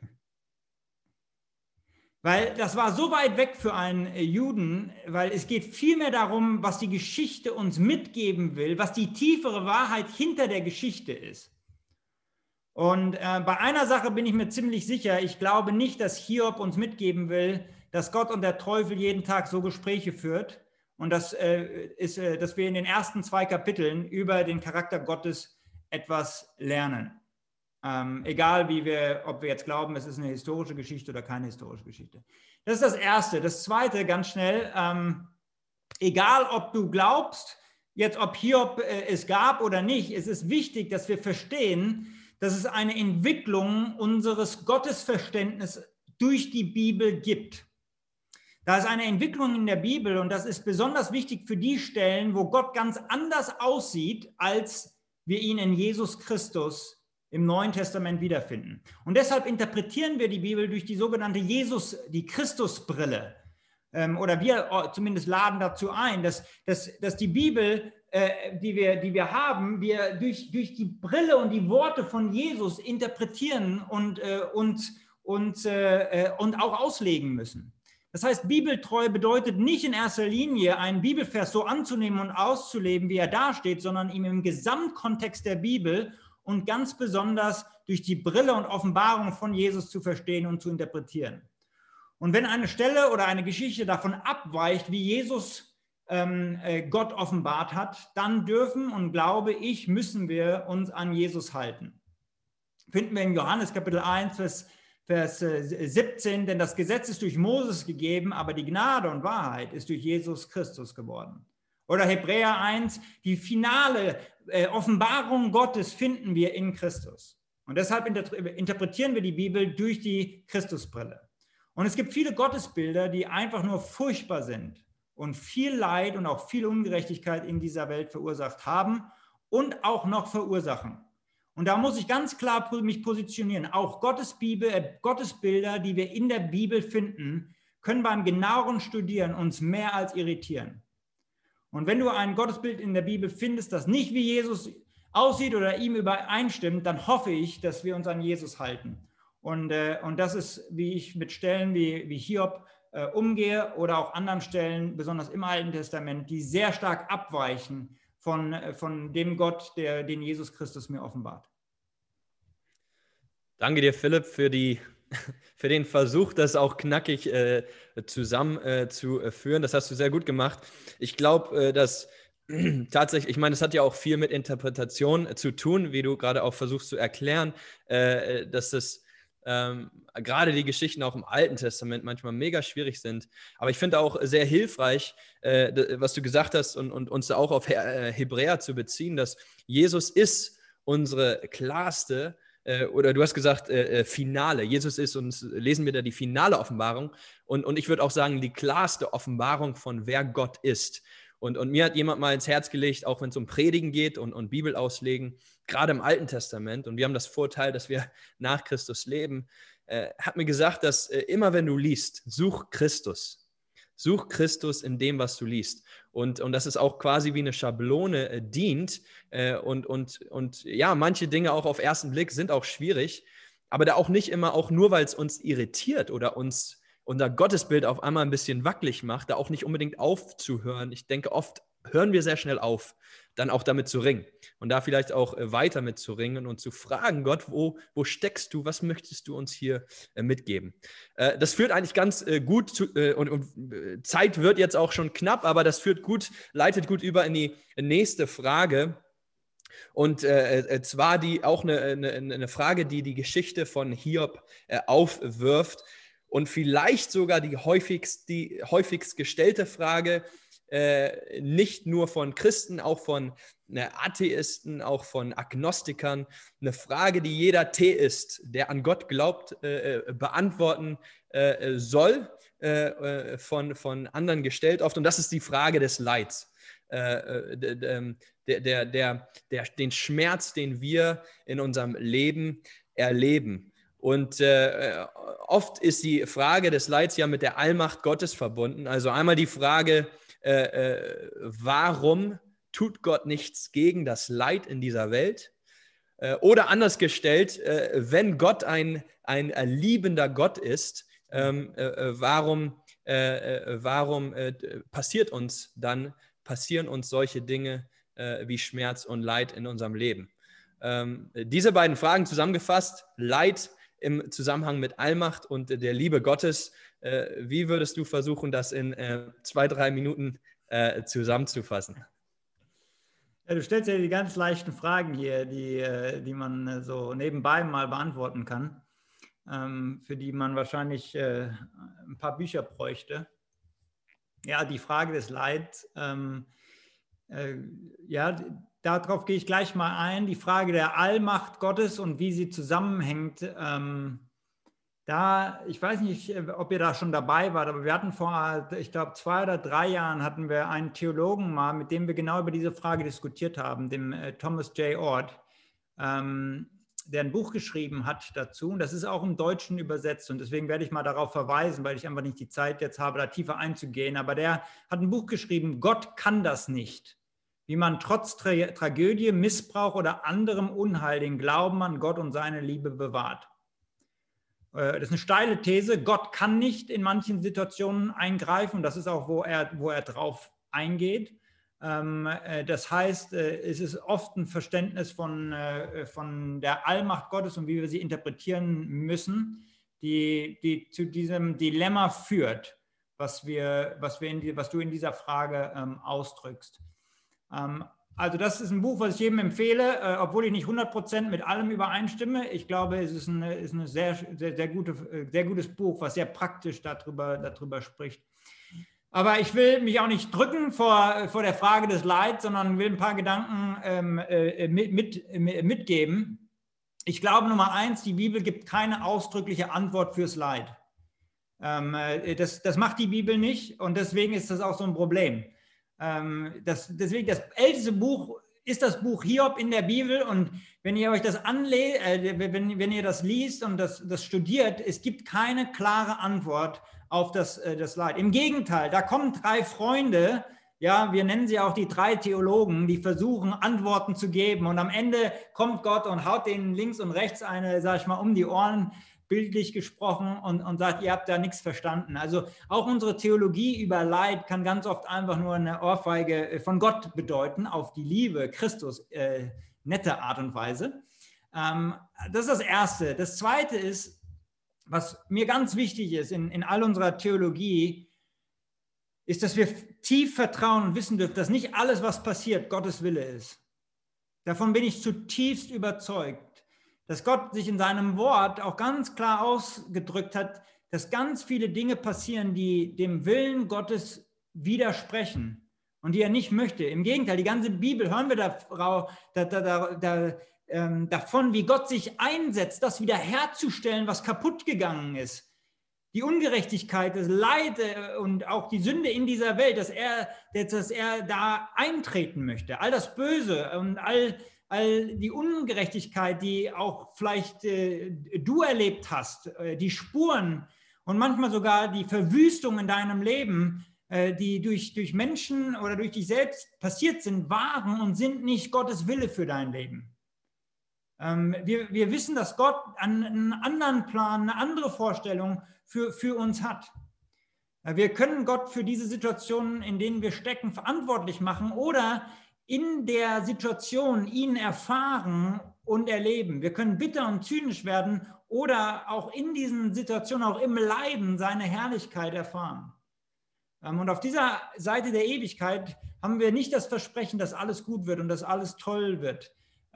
Weil das war so weit weg für einen Juden, weil es geht vielmehr darum, was die Geschichte uns mitgeben will, was die tiefere Wahrheit hinter der Geschichte ist. Und bei einer Sache bin ich mir ziemlich sicher, ich glaube nicht, dass Hiob uns mitgeben will, dass Gott und der Teufel jeden Tag so Gespräche führt und dass wir in den ersten 2 Kapiteln über den Charakter Gottes etwas lernen. Egal, ob wir jetzt glauben, es ist eine historische Geschichte oder keine historische Geschichte. Das ist das Erste. Das Zweite, ganz schnell, egal ob du glaubst, jetzt ob Hiob es gab oder nicht, es ist wichtig, dass wir verstehen, dass es eine Entwicklung unseres Gottesverständnisses durch die Bibel gibt. Da ist eine Entwicklung in der Bibel und das ist besonders wichtig für die Stellen, wo Gott ganz anders aussieht, als wir ihn in Jesus Christus im Neuen Testament wiederfinden. Und deshalb interpretieren wir die Bibel durch die sogenannte die Christusbrille. Oder wir zumindest laden dazu ein, dass die Bibel, die wir haben, wir durch die Brille und die Worte von Jesus interpretieren und auch auslegen müssen. Das heißt, Bibeltreu bedeutet nicht in erster Linie, einen Bibelvers so anzunehmen und auszuleben, wie er dasteht, sondern ihn im Gesamtkontext der Bibel und ganz besonders durch die Brille und Offenbarung von Jesus zu verstehen und zu interpretieren. Und wenn eine Stelle oder eine Geschichte davon abweicht, wie Jesus Gott offenbart hat, dann dürfen und glaube ich, müssen wir uns an Jesus halten. Finden wir in Johannes Kapitel 1, Vers 17, denn das Gesetz ist durch Moses gegeben, aber die Gnade und Wahrheit ist durch Jesus Christus geworden. Oder Hebräer 1, die finale Offenbarung Gottes finden wir in Christus. Und deshalb interpretieren wir die Bibel durch die Christusbrille. Und es gibt viele Gottesbilder, die einfach nur furchtbar sind und viel Leid und auch viel Ungerechtigkeit in dieser Welt verursacht haben und auch noch verursachen. Und da muss ich ganz klar mich positionieren. Auch Gottesbilder, die wir in der Bibel finden, können beim genaueren Studieren uns mehr als irritieren. Und wenn du ein Gottesbild in der Bibel findest, das nicht wie Jesus aussieht oder ihm übereinstimmt, dann hoffe ich, dass wir uns an Jesus halten. Und das ist, wie ich mit Stellen wie Hiob umgehe oder auch anderen Stellen, besonders im Alten Testament, die sehr stark abweichen von dem Gott, den Jesus Christus mir offenbart. Danke dir, Philipp, für den Versuch, das auch knackig zusammen zu führen. Das hast du sehr gut gemacht. Ich glaube, dass tatsächlich, ich meine, es hat ja auch viel mit Interpretation zu tun, wie du gerade auch versuchst zu erklären, dass das gerade die Geschichten auch im Alten Testament manchmal mega schwierig sind. Aber ich finde auch sehr hilfreich, was du gesagt hast und uns auch auf Hebräer zu beziehen, dass Jesus ist unsere klarste oder du hast gesagt, Finale. Jesus ist uns, lesen wir da die finale Offenbarung. Und ich würde auch sagen, die klarste Offenbarung von wer Gott ist. Und mir hat jemand mal ins Herz gelegt, auch wenn es um Predigen geht und Bibel auslegen, gerade im Alten Testament, und wir haben das Vorteil, dass wir nach Christus leben, hat mir gesagt, dass immer wenn du liest, such Christus. Such Christus in dem, was du liest. Und dass es auch quasi wie eine Schablone dient. Und ja, manche Dinge auch auf ersten Blick sind auch schwierig, aber da auch nicht immer, auch nur weil es uns irritiert oder uns unser Gottesbild auf einmal ein bisschen wackelig macht, da auch nicht unbedingt aufzuhören. Ich denke, oft hören wir sehr schnell auf, dann auch damit zu ringen und da vielleicht auch weiter mit zu ringen und zu fragen, Gott, wo steckst du, was möchtest du uns hier mitgeben? Das führt eigentlich ganz gut zu, und Zeit wird jetzt auch schon knapp, aber das leitet gut über in die nächste Frage. Und zwar auch eine Frage, die die Geschichte von Hiob aufwirft und vielleicht sogar die häufigst gestellte Frage, nicht nur von Christen, auch von Atheisten, auch von Agnostikern, eine Frage, die jeder Theist, der an Gott glaubt, beantworten soll, von anderen gestellt oft. Und das ist die Frage des Leids. Den Schmerz, den wir in unserem Leben erleben. Und oft ist die Frage des Leids ja mit der Allmacht Gottes verbunden. Also einmal die Frage, warum tut Gott nichts gegen das Leid in dieser Welt? Oder anders gestellt, wenn Gott ein liebender Gott ist, warum passieren uns solche Dinge wie Schmerz und Leid in unserem Leben? Diese beiden Fragen zusammengefasst, Leid im Zusammenhang mit Allmacht und der Liebe Gottes. Wie würdest du versuchen, das in 2-3 Minuten zusammenzufassen? Ja, du stellst ja die ganz leichten Fragen hier, die man so nebenbei mal beantworten kann, für die man wahrscheinlich ein paar Bücher bräuchte. Ja, die Frage des Leids, ja, darauf gehe ich gleich mal ein. Die Frage der Allmacht Gottes und wie sie zusammenhängt, ich weiß nicht, ob ihr da schon dabei wart, aber wir hatten vor, ich glaube, 2 oder 3 Jahren hatten wir einen Theologen mal, mit dem wir genau über diese Frage diskutiert haben, dem Thomas J. Oord, der ein Buch geschrieben hat dazu. Und das ist auch im Deutschen übersetzt. Und deswegen werde ich mal darauf verweisen, weil ich einfach nicht die Zeit jetzt habe, da tiefer einzugehen. Aber der hat ein Buch geschrieben, Gott kann das nicht. Wie man trotz Tragödie, Missbrauch oder anderem Unheil den Glauben an Gott und seine Liebe bewahrt. Das ist eine steile These. Gott kann nicht in manchen Situationen eingreifen. Das ist auch, wo er drauf eingeht. Das heißt, es ist oft ein Verständnis von der Allmacht Gottes und wie wir sie interpretieren müssen, die zu diesem Dilemma führt, was du in dieser Frage ausdrückst. Also das ist ein Buch, was ich jedem empfehle, obwohl ich nicht 100% mit allem übereinstimme. Ich glaube, es ist ein sehr gutes Buch, was sehr praktisch darüber spricht. Aber ich will mich auch nicht drücken vor der Frage des Leids, sondern will ein paar Gedanken mitgeben. Ich glaube, Nummer 1, die Bibel gibt keine ausdrückliche Antwort fürs Leid. Das macht die Bibel nicht und deswegen ist das auch so ein Problem. Deswegen das älteste Buch ist das Buch Hiob in der Bibel und wenn ihr euch das wenn ihr das liest und das studiert, es gibt keine klare Antwort auf das Leid. Im Gegenteil, da kommen 3 Freunde, ja, wir nennen sie auch die 3 Theologen, die versuchen Antworten zu geben und am Ende kommt Gott und haut denen links und rechts sag ich mal, um die Ohren, bildlich gesprochen und sagt, ihr habt da nichts verstanden. Also auch unsere Theologie über Leid kann ganz oft einfach nur eine Ohrfeige von Gott bedeuten, auf die Liebe Christus, nette Art und Weise. Das ist das Erste. Das Zweite ist, was mir ganz wichtig ist in all unserer Theologie, ist, dass wir tief vertrauen und wissen dürfen, dass nicht alles, was passiert, Gottes Wille ist. Davon bin ich zutiefst überzeugt. Dass Gott sich in seinem Wort auch ganz klar ausgedrückt hat, dass ganz viele Dinge passieren, die dem Willen Gottes widersprechen und die er nicht möchte. Im Gegenteil, die ganze Bibel, hören wir davon, wie Gott sich einsetzt, das wiederherzustellen, was kaputt gegangen ist. Die Ungerechtigkeit, das Leid und auch die Sünde in dieser Welt, dass er da eintreten möchte. All das Böse und all die Ungerechtigkeit, die auch vielleicht du erlebt hast, die Spuren und manchmal sogar die Verwüstung in deinem Leben, die durch Menschen oder durch dich selbst passiert sind, waren und sind nicht Gottes Wille für dein Leben. Wir wissen, dass Gott einen anderen Plan, eine andere Vorstellung für uns hat. Wir können Gott für diese Situationen, in denen wir stecken, verantwortlich machen oder in der Situation ihn erfahren und erleben. Wir können bitter und zynisch werden oder auch in diesen Situationen, auch im Leiden, seine Herrlichkeit erfahren. Und auf dieser Seite der Ewigkeit haben wir nicht das Versprechen, dass alles gut wird und dass alles toll wird,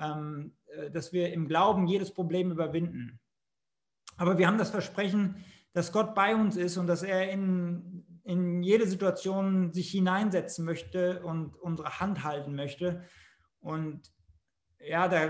dass wir im Glauben jedes Problem überwinden. Aber wir haben das Versprechen, dass Gott bei uns ist und dass er in jede Situation sich hineinsetzen möchte und unsere Hand halten möchte. Und ja, da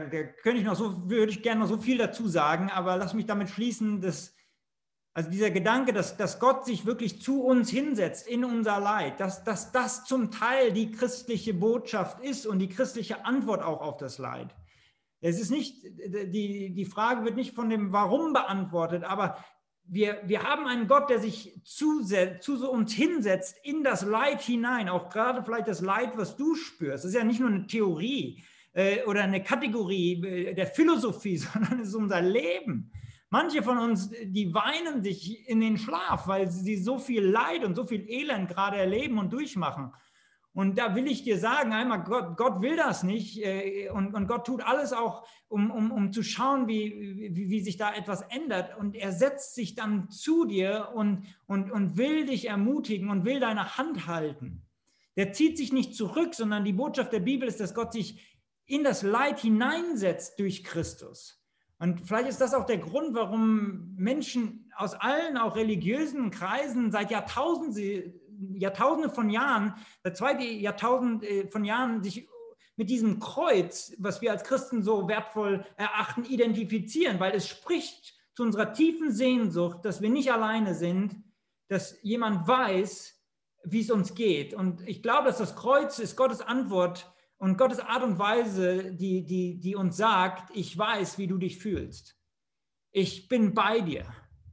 würde ich gerne noch so viel dazu sagen, aber lass mich damit schließen, also dieser Gedanke, dass Gott sich wirklich zu uns hinsetzt in unser Leid, dass das zum Teil die christliche Botschaft ist und die christliche Antwort auch auf das Leid. Es ist nicht, die Frage wird nicht von dem Warum beantwortet, aber wir haben einen Gott, der sich zu uns hinsetzt in das Leid hinein, auch gerade vielleicht das Leid, was du spürst. Das ist ja nicht nur eine Theorie oder eine Kategorie der Philosophie, sondern es ist unser Leben. Manche von uns, die weinen sich in den Schlaf, weil sie so viel Leid und so viel Elend gerade erleben und durchmachen. Und da will ich dir sagen, einmal, Gott will das nicht und Gott tut alles auch, um zu schauen, wie sich da etwas ändert. Und er setzt sich dann zu dir und will dich ermutigen und will deine Hand halten. Der zieht sich nicht zurück, sondern die Botschaft der Bibel ist, dass Gott sich in das Leid hineinsetzt durch Christus. Und vielleicht ist das auch der Grund, warum Menschen aus allen, auch religiösen Kreisen seit Jahrtausende von Jahren, seit 2 Jahrtausend von Jahren sich mit diesem Kreuz, was wir als Christen so wertvoll erachten, identifizieren, weil es spricht zu unserer tiefen Sehnsucht, dass wir nicht alleine sind, dass jemand weiß, wie es uns geht. Und ich glaube, dass das Kreuz ist Gottes Antwort und Gottes Art und Weise, die uns sagt, ich weiß, wie du dich fühlst. Ich bin bei dir.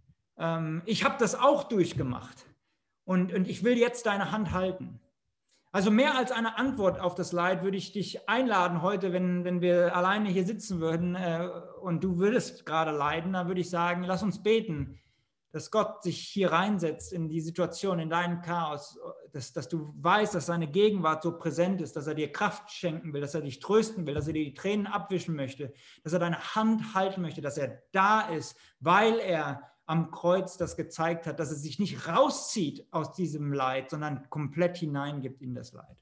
Ich habe das auch durchgemacht. Und ich will jetzt deine Hand halten. Also mehr als eine Antwort auf das Leid würde ich dich einladen heute, wenn wir alleine hier sitzen würden und du würdest gerade leiden, dann würde ich sagen, lass uns beten, dass Gott sich hier reinsetzt in die Situation, in dein Chaos, dass du weißt, dass seine Gegenwart so präsent ist, dass er dir Kraft schenken will, dass er dich trösten will, dass er dir die Tränen abwischen möchte, dass er deine Hand halten möchte, dass er da ist, weil er am Kreuz das gezeigt hat, dass es sich nicht rauszieht aus diesem Leid, sondern komplett hineingibt in das Leid.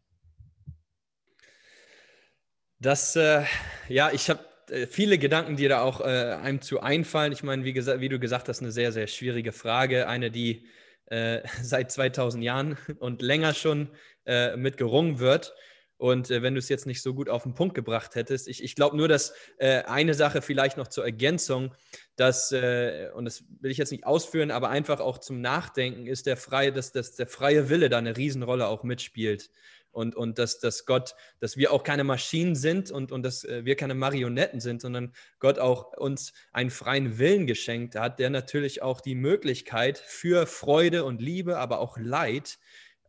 Ich habe viele Gedanken, die da auch einem zu einfallen. Ich meine, wie du gesagt hast, eine sehr, sehr schwierige Frage. Eine, die seit 2000 Jahren und länger schon mit gerungen wird. Und wenn du es jetzt nicht so gut auf den Punkt gebracht hättest, ich glaube nur, dass eine Sache vielleicht noch zur Ergänzung, dass, und das will ich jetzt nicht ausführen, aber einfach auch zum Nachdenken ist dass der freie Wille da eine Riesenrolle auch mitspielt. Und dass wir auch keine Maschinen sind und dass wir keine Marionetten sind, sondern Gott auch uns einen freien Willen geschenkt hat, der natürlich auch die Möglichkeit für Freude und Liebe, aber auch Leid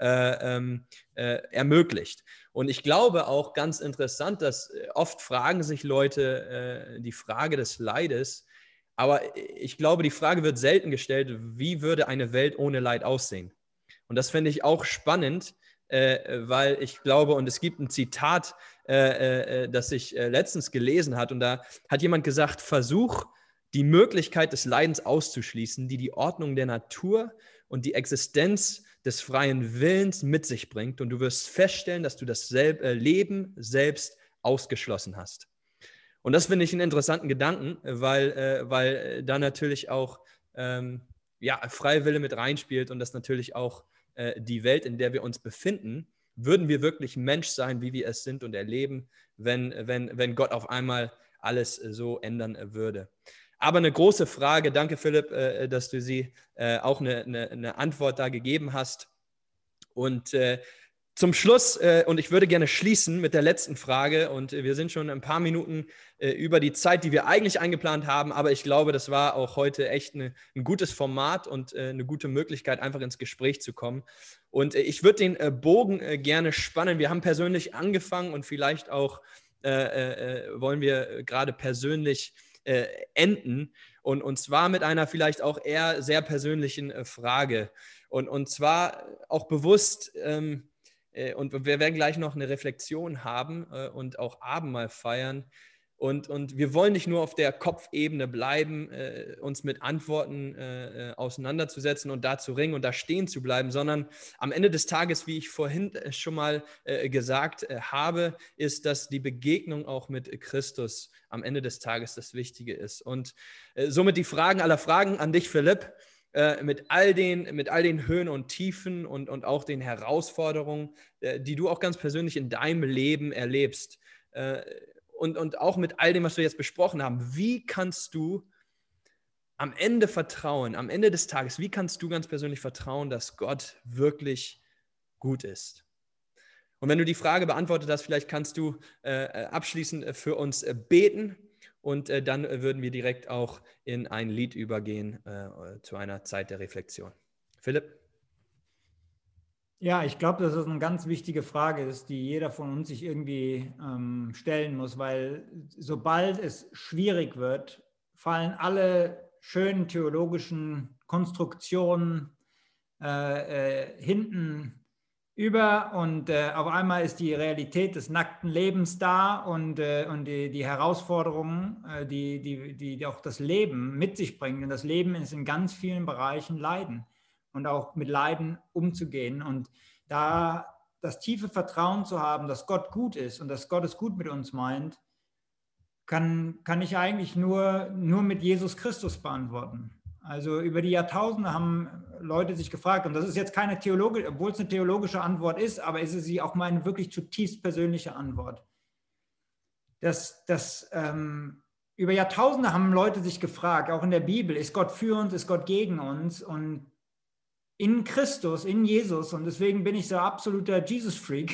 ermöglicht. Und ich glaube auch ganz interessant, dass oft fragen sich Leute die Frage des Leides, aber ich glaube, die Frage wird selten gestellt, wie würde eine Welt ohne Leid aussehen? Und das finde ich auch spannend, weil ich glaube, und es gibt ein Zitat, das ich letztens gelesen habe, und da hat jemand gesagt, versuch die Möglichkeit des Leidens auszuschließen, die Ordnung der Natur und die Existenz des freien Willens mit sich bringt, und du wirst feststellen, dass du das Leben selbst ausgeschlossen hast. Und das finde ich einen interessanten Gedanken, weil da natürlich auch freie Wille mit reinspielt und das natürlich auch die Welt, in der wir uns befinden, würden wir wirklich Mensch sein, wie wir es sind und erleben, wenn Gott auf einmal alles so ändern würde. Aber eine große Frage, danke Philipp, dass du sie auch eine Antwort da gegeben hast. Und zum Schluss, und ich würde gerne schließen mit der letzten Frage, und wir sind schon ein paar Minuten über die Zeit, die wir eigentlich eingeplant haben, aber ich glaube, das war auch heute echt ein gutes Format und eine gute Möglichkeit, einfach ins Gespräch zu kommen. Und ich würde den Bogen gerne spannen. Wir haben persönlich angefangen und vielleicht auch wollen wir gerade persönlich enden, und zwar mit einer vielleicht auch eher sehr persönlichen Frage. Und zwar auch bewusst, und wir werden gleich noch eine Reflexion haben und auch Abendmahl feiern. Und wir wollen nicht nur auf der Kopfebene bleiben, uns mit Antworten auseinanderzusetzen und da zu ringen und da stehen zu bleiben, sondern am Ende des Tages, wie ich vorhin schon mal gesagt habe, ist, dass die Begegnung auch mit Christus am Ende des Tages das Wichtige ist. Und somit die Fragen aller Fragen an dich, Philipp, mit all den Höhen und Tiefen und auch den Herausforderungen, die du auch ganz persönlich in deinem Leben erlebst. Und auch mit all dem, was wir jetzt besprochen haben, wie kannst du am Ende vertrauen, am Ende des Tages, wie kannst du ganz persönlich vertrauen, dass Gott wirklich gut ist? Und wenn du die Frage beantwortet hast, vielleicht kannst du abschließend für uns beten und dann würden wir direkt auch in ein Lied übergehen zu einer Zeit der Reflexion. Philipp? Ja, ich glaube, dass das eine ganz wichtige Frage ist, die jeder von uns sich irgendwie stellen muss, weil sobald es schwierig wird, fallen alle schönen theologischen Konstruktionen hinten über und auf einmal ist die Realität des nackten Lebens da und die Herausforderungen, die auch das Leben mit sich bringen. Und das Leben ist in ganz vielen Bereichen Leiden. Und auch mit Leiden umzugehen und da das tiefe Vertrauen zu haben, dass Gott gut ist und dass Gott es gut mit uns meint, kann ich eigentlich nur mit Jesus Christus beantworten. Also über die Jahrtausende haben Leute sich gefragt, und das ist jetzt keine theologische, obwohl es eine theologische Antwort ist, aber ist es sie auch meine wirklich zutiefst persönliche Antwort. Über Jahrtausende haben Leute sich gefragt, auch in der Bibel, ist Gott für uns, ist Gott gegen uns? Und in Christus, in Jesus, und deswegen bin ich so absoluter Jesus-Freak,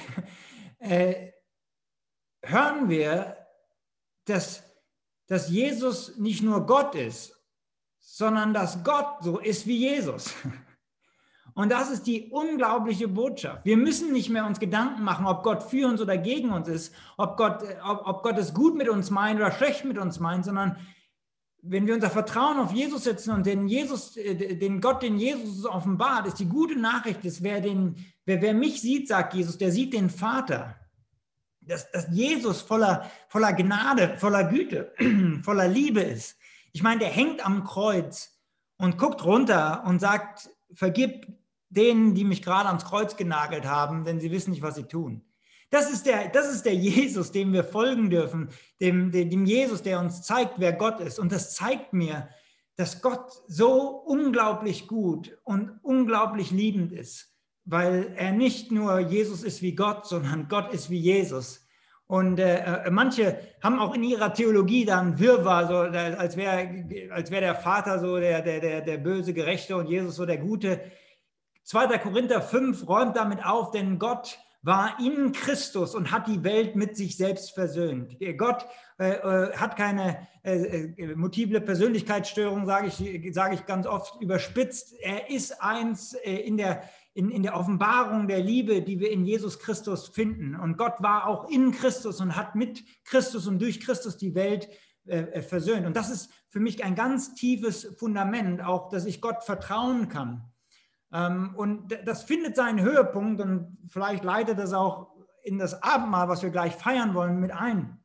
hören wir, dass Jesus nicht nur Gott ist, sondern dass Gott so ist wie Jesus. Und das ist die unglaubliche Botschaft. Wir müssen nicht mehr uns Gedanken machen, ob Gott für uns oder gegen uns ist, ob Gott es gut mit uns meint oder schlecht mit uns meint, sondern wenn wir unser Vertrauen auf Jesus setzen und den Gott, den Jesus offenbart, ist die gute Nachricht, dass wer mich sieht, sagt Jesus, der sieht den Vater. Dass Jesus voller Gnade, voller Güte, voller Liebe ist. Ich meine, der hängt am Kreuz und guckt runter und sagt, vergib denen, die mich gerade ans Kreuz genagelt haben, denn sie wissen nicht, was sie tun. Das ist der Jesus, dem wir folgen dürfen, dem Jesus, der uns zeigt, wer Gott ist. Und das zeigt mir, dass Gott so unglaublich gut und unglaublich liebend ist, weil er nicht nur Jesus ist wie Gott, sondern Gott ist wie Jesus. Und manche haben auch in ihrer Theologie dann Wirrwarr, so, als wär der Vater so der böse Gerechte und Jesus so der Gute. 2. Korinther 5 räumt damit auf, denn Gott war in Christus und hat die Welt mit sich selbst versöhnt. Gott hat keine multiple Persönlichkeitsstörung, sage ich ganz oft überspitzt. Er ist eins in der Offenbarung der Liebe, die wir in Jesus Christus finden. Und Gott war auch in Christus und hat mit Christus und durch Christus die Welt versöhnt. Und das ist für mich ein ganz tiefes Fundament, auch dass ich Gott vertrauen kann. Und das findet seinen Höhepunkt und vielleicht leitet das auch in das Abendmahl, was wir gleich feiern wollen, mit ein.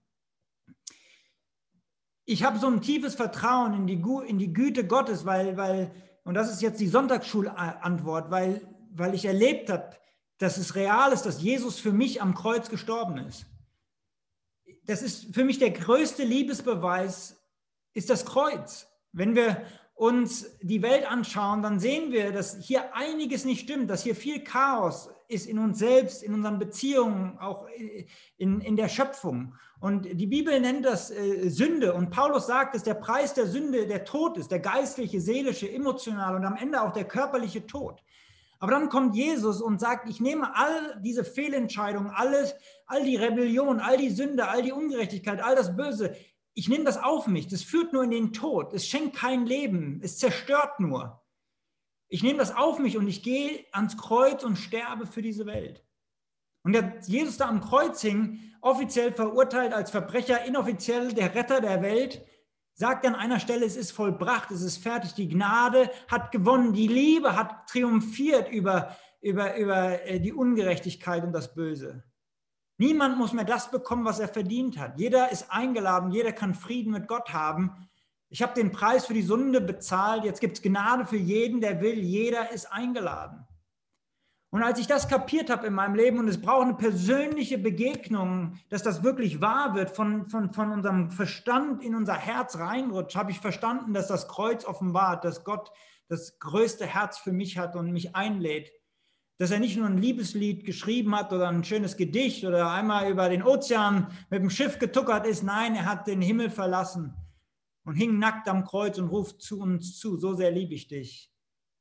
Ich habe so ein tiefes Vertrauen in die Güte Gottes, weil, und das ist jetzt die Sonntagsschulantwort, weil ich erlebt habe, dass es real ist, dass Jesus für mich am Kreuz gestorben ist. Das ist für mich der größte Liebesbeweis, ist das Kreuz. Wenn wir uns die Welt anschauen, dann sehen wir, dass hier einiges nicht stimmt, dass hier viel Chaos ist in uns selbst, in unseren Beziehungen, auch in der Schöpfung. Und die Bibel nennt das Sünde. Und Paulus sagt, dass der Preis der Sünde der Tod ist, der geistliche, seelische, emotionale und am Ende auch der körperliche Tod. Aber dann kommt Jesus und sagt, ich nehme all diese Fehlentscheidungen, all die Rebellion, all die Sünde, all die Ungerechtigkeit, all das Böse, ich nehme das auf mich. Das führt nur in den Tod. Es schenkt kein Leben. Es zerstört nur. Ich nehme das auf mich und ich gehe ans Kreuz und sterbe für diese Welt. Und der Jesus da am Kreuz hing, offiziell verurteilt als Verbrecher, inoffiziell der Retter der Welt, sagt an einer Stelle, es ist vollbracht, es ist fertig, die Gnade hat gewonnen, die Liebe hat triumphiert über die Ungerechtigkeit und das Böse. Niemand muss mehr das bekommen, was er verdient hat. Jeder ist eingeladen, jeder kann Frieden mit Gott haben. Ich habe den Preis für die Sünde bezahlt, jetzt gibt es Gnade für jeden, der will, jeder ist eingeladen. Und als ich das kapiert habe in meinem Leben, und es braucht eine persönliche Begegnung, dass das wirklich wahr wird, von unserem Verstand in unser Herz reinrutscht, habe ich verstanden, dass das Kreuz offenbart, dass Gott das größte Herz für mich hat und mich einlädt. Dass er nicht nur ein Liebeslied geschrieben hat oder ein schönes Gedicht oder einmal über den Ozean mit dem Schiff getuckert ist. Nein, er hat den Himmel verlassen und hing nackt am Kreuz und ruft zu uns zu, so sehr liebe ich dich.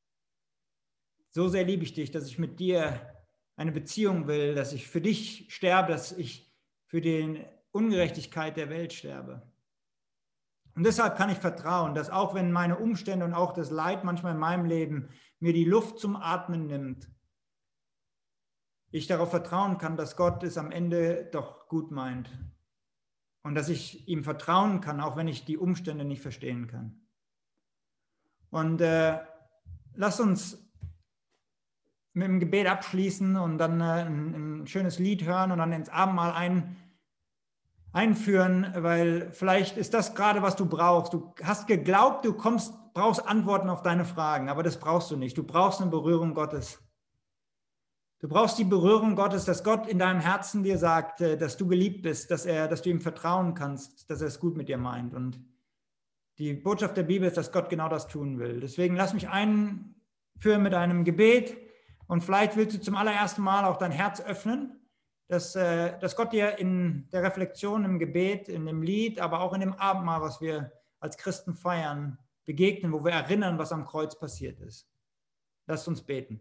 So sehr liebe ich dich, dass ich mit dir eine Beziehung will, dass ich für dich sterbe, dass ich für die Ungerechtigkeit der Welt sterbe. Und deshalb kann ich vertrauen, dass auch wenn meine Umstände und auch das Leid manchmal in meinem Leben mir die Luft zum Atmen nimmt, ich darauf vertrauen kann, dass Gott es am Ende doch gut meint und dass ich ihm vertrauen kann, auch wenn ich die Umstände nicht verstehen kann. Und lass uns mit dem Gebet abschließen und dann ein schönes Lied hören und dann ins Abendmahl einführen, weil vielleicht ist das gerade, was du brauchst. Du hast geglaubt, du brauchst Antworten auf deine Fragen, aber das brauchst du nicht. Du brauchst eine Berührung Gottes. Du brauchst die Berührung Gottes, dass Gott in deinem Herzen dir sagt, dass du geliebt bist, dass du ihm vertrauen kannst, dass er es gut mit dir meint. Und die Botschaft der Bibel ist, dass Gott genau das tun will. Deswegen lass mich einführen mit einem Gebet und vielleicht willst du zum allerersten Mal auch dein Herz öffnen, dass Gott dir in der Reflexion, im Gebet, in dem Lied, aber auch in dem Abendmahl, was wir als Christen feiern, begegnen, wo wir erinnern, was am Kreuz passiert ist. Lasst uns beten.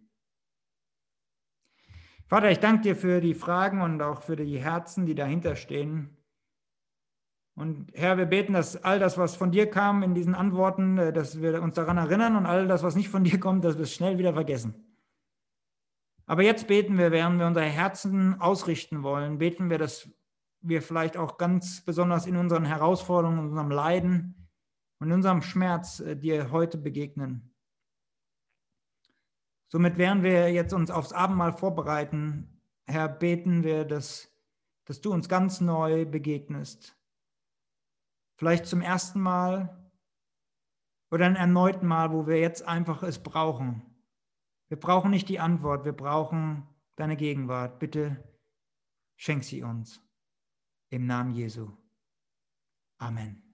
Vater, ich danke dir für die Fragen und auch für die Herzen, die dahinter stehen. Und Herr, wir beten, dass all das, was von dir kam in diesen Antworten, dass wir uns daran erinnern und all das, was nicht von dir kommt, dass wir es schnell wieder vergessen. Aber jetzt beten wir, während wir unser Herzen ausrichten wollen, beten wir, dass wir vielleicht auch ganz besonders in unseren Herausforderungen, in unserem Leiden und in unserem Schmerz dir heute begegnen. Somit werden wir jetzt uns aufs Abendmahl vorbereiten. Herr, beten wir, dass du uns ganz neu begegnest. Vielleicht zum ersten Mal oder ein erneuten Mal, wo wir jetzt einfach es brauchen. Wir brauchen nicht die Antwort, wir brauchen deine Gegenwart. Bitte schenk sie uns. Im Namen Jesu. Amen.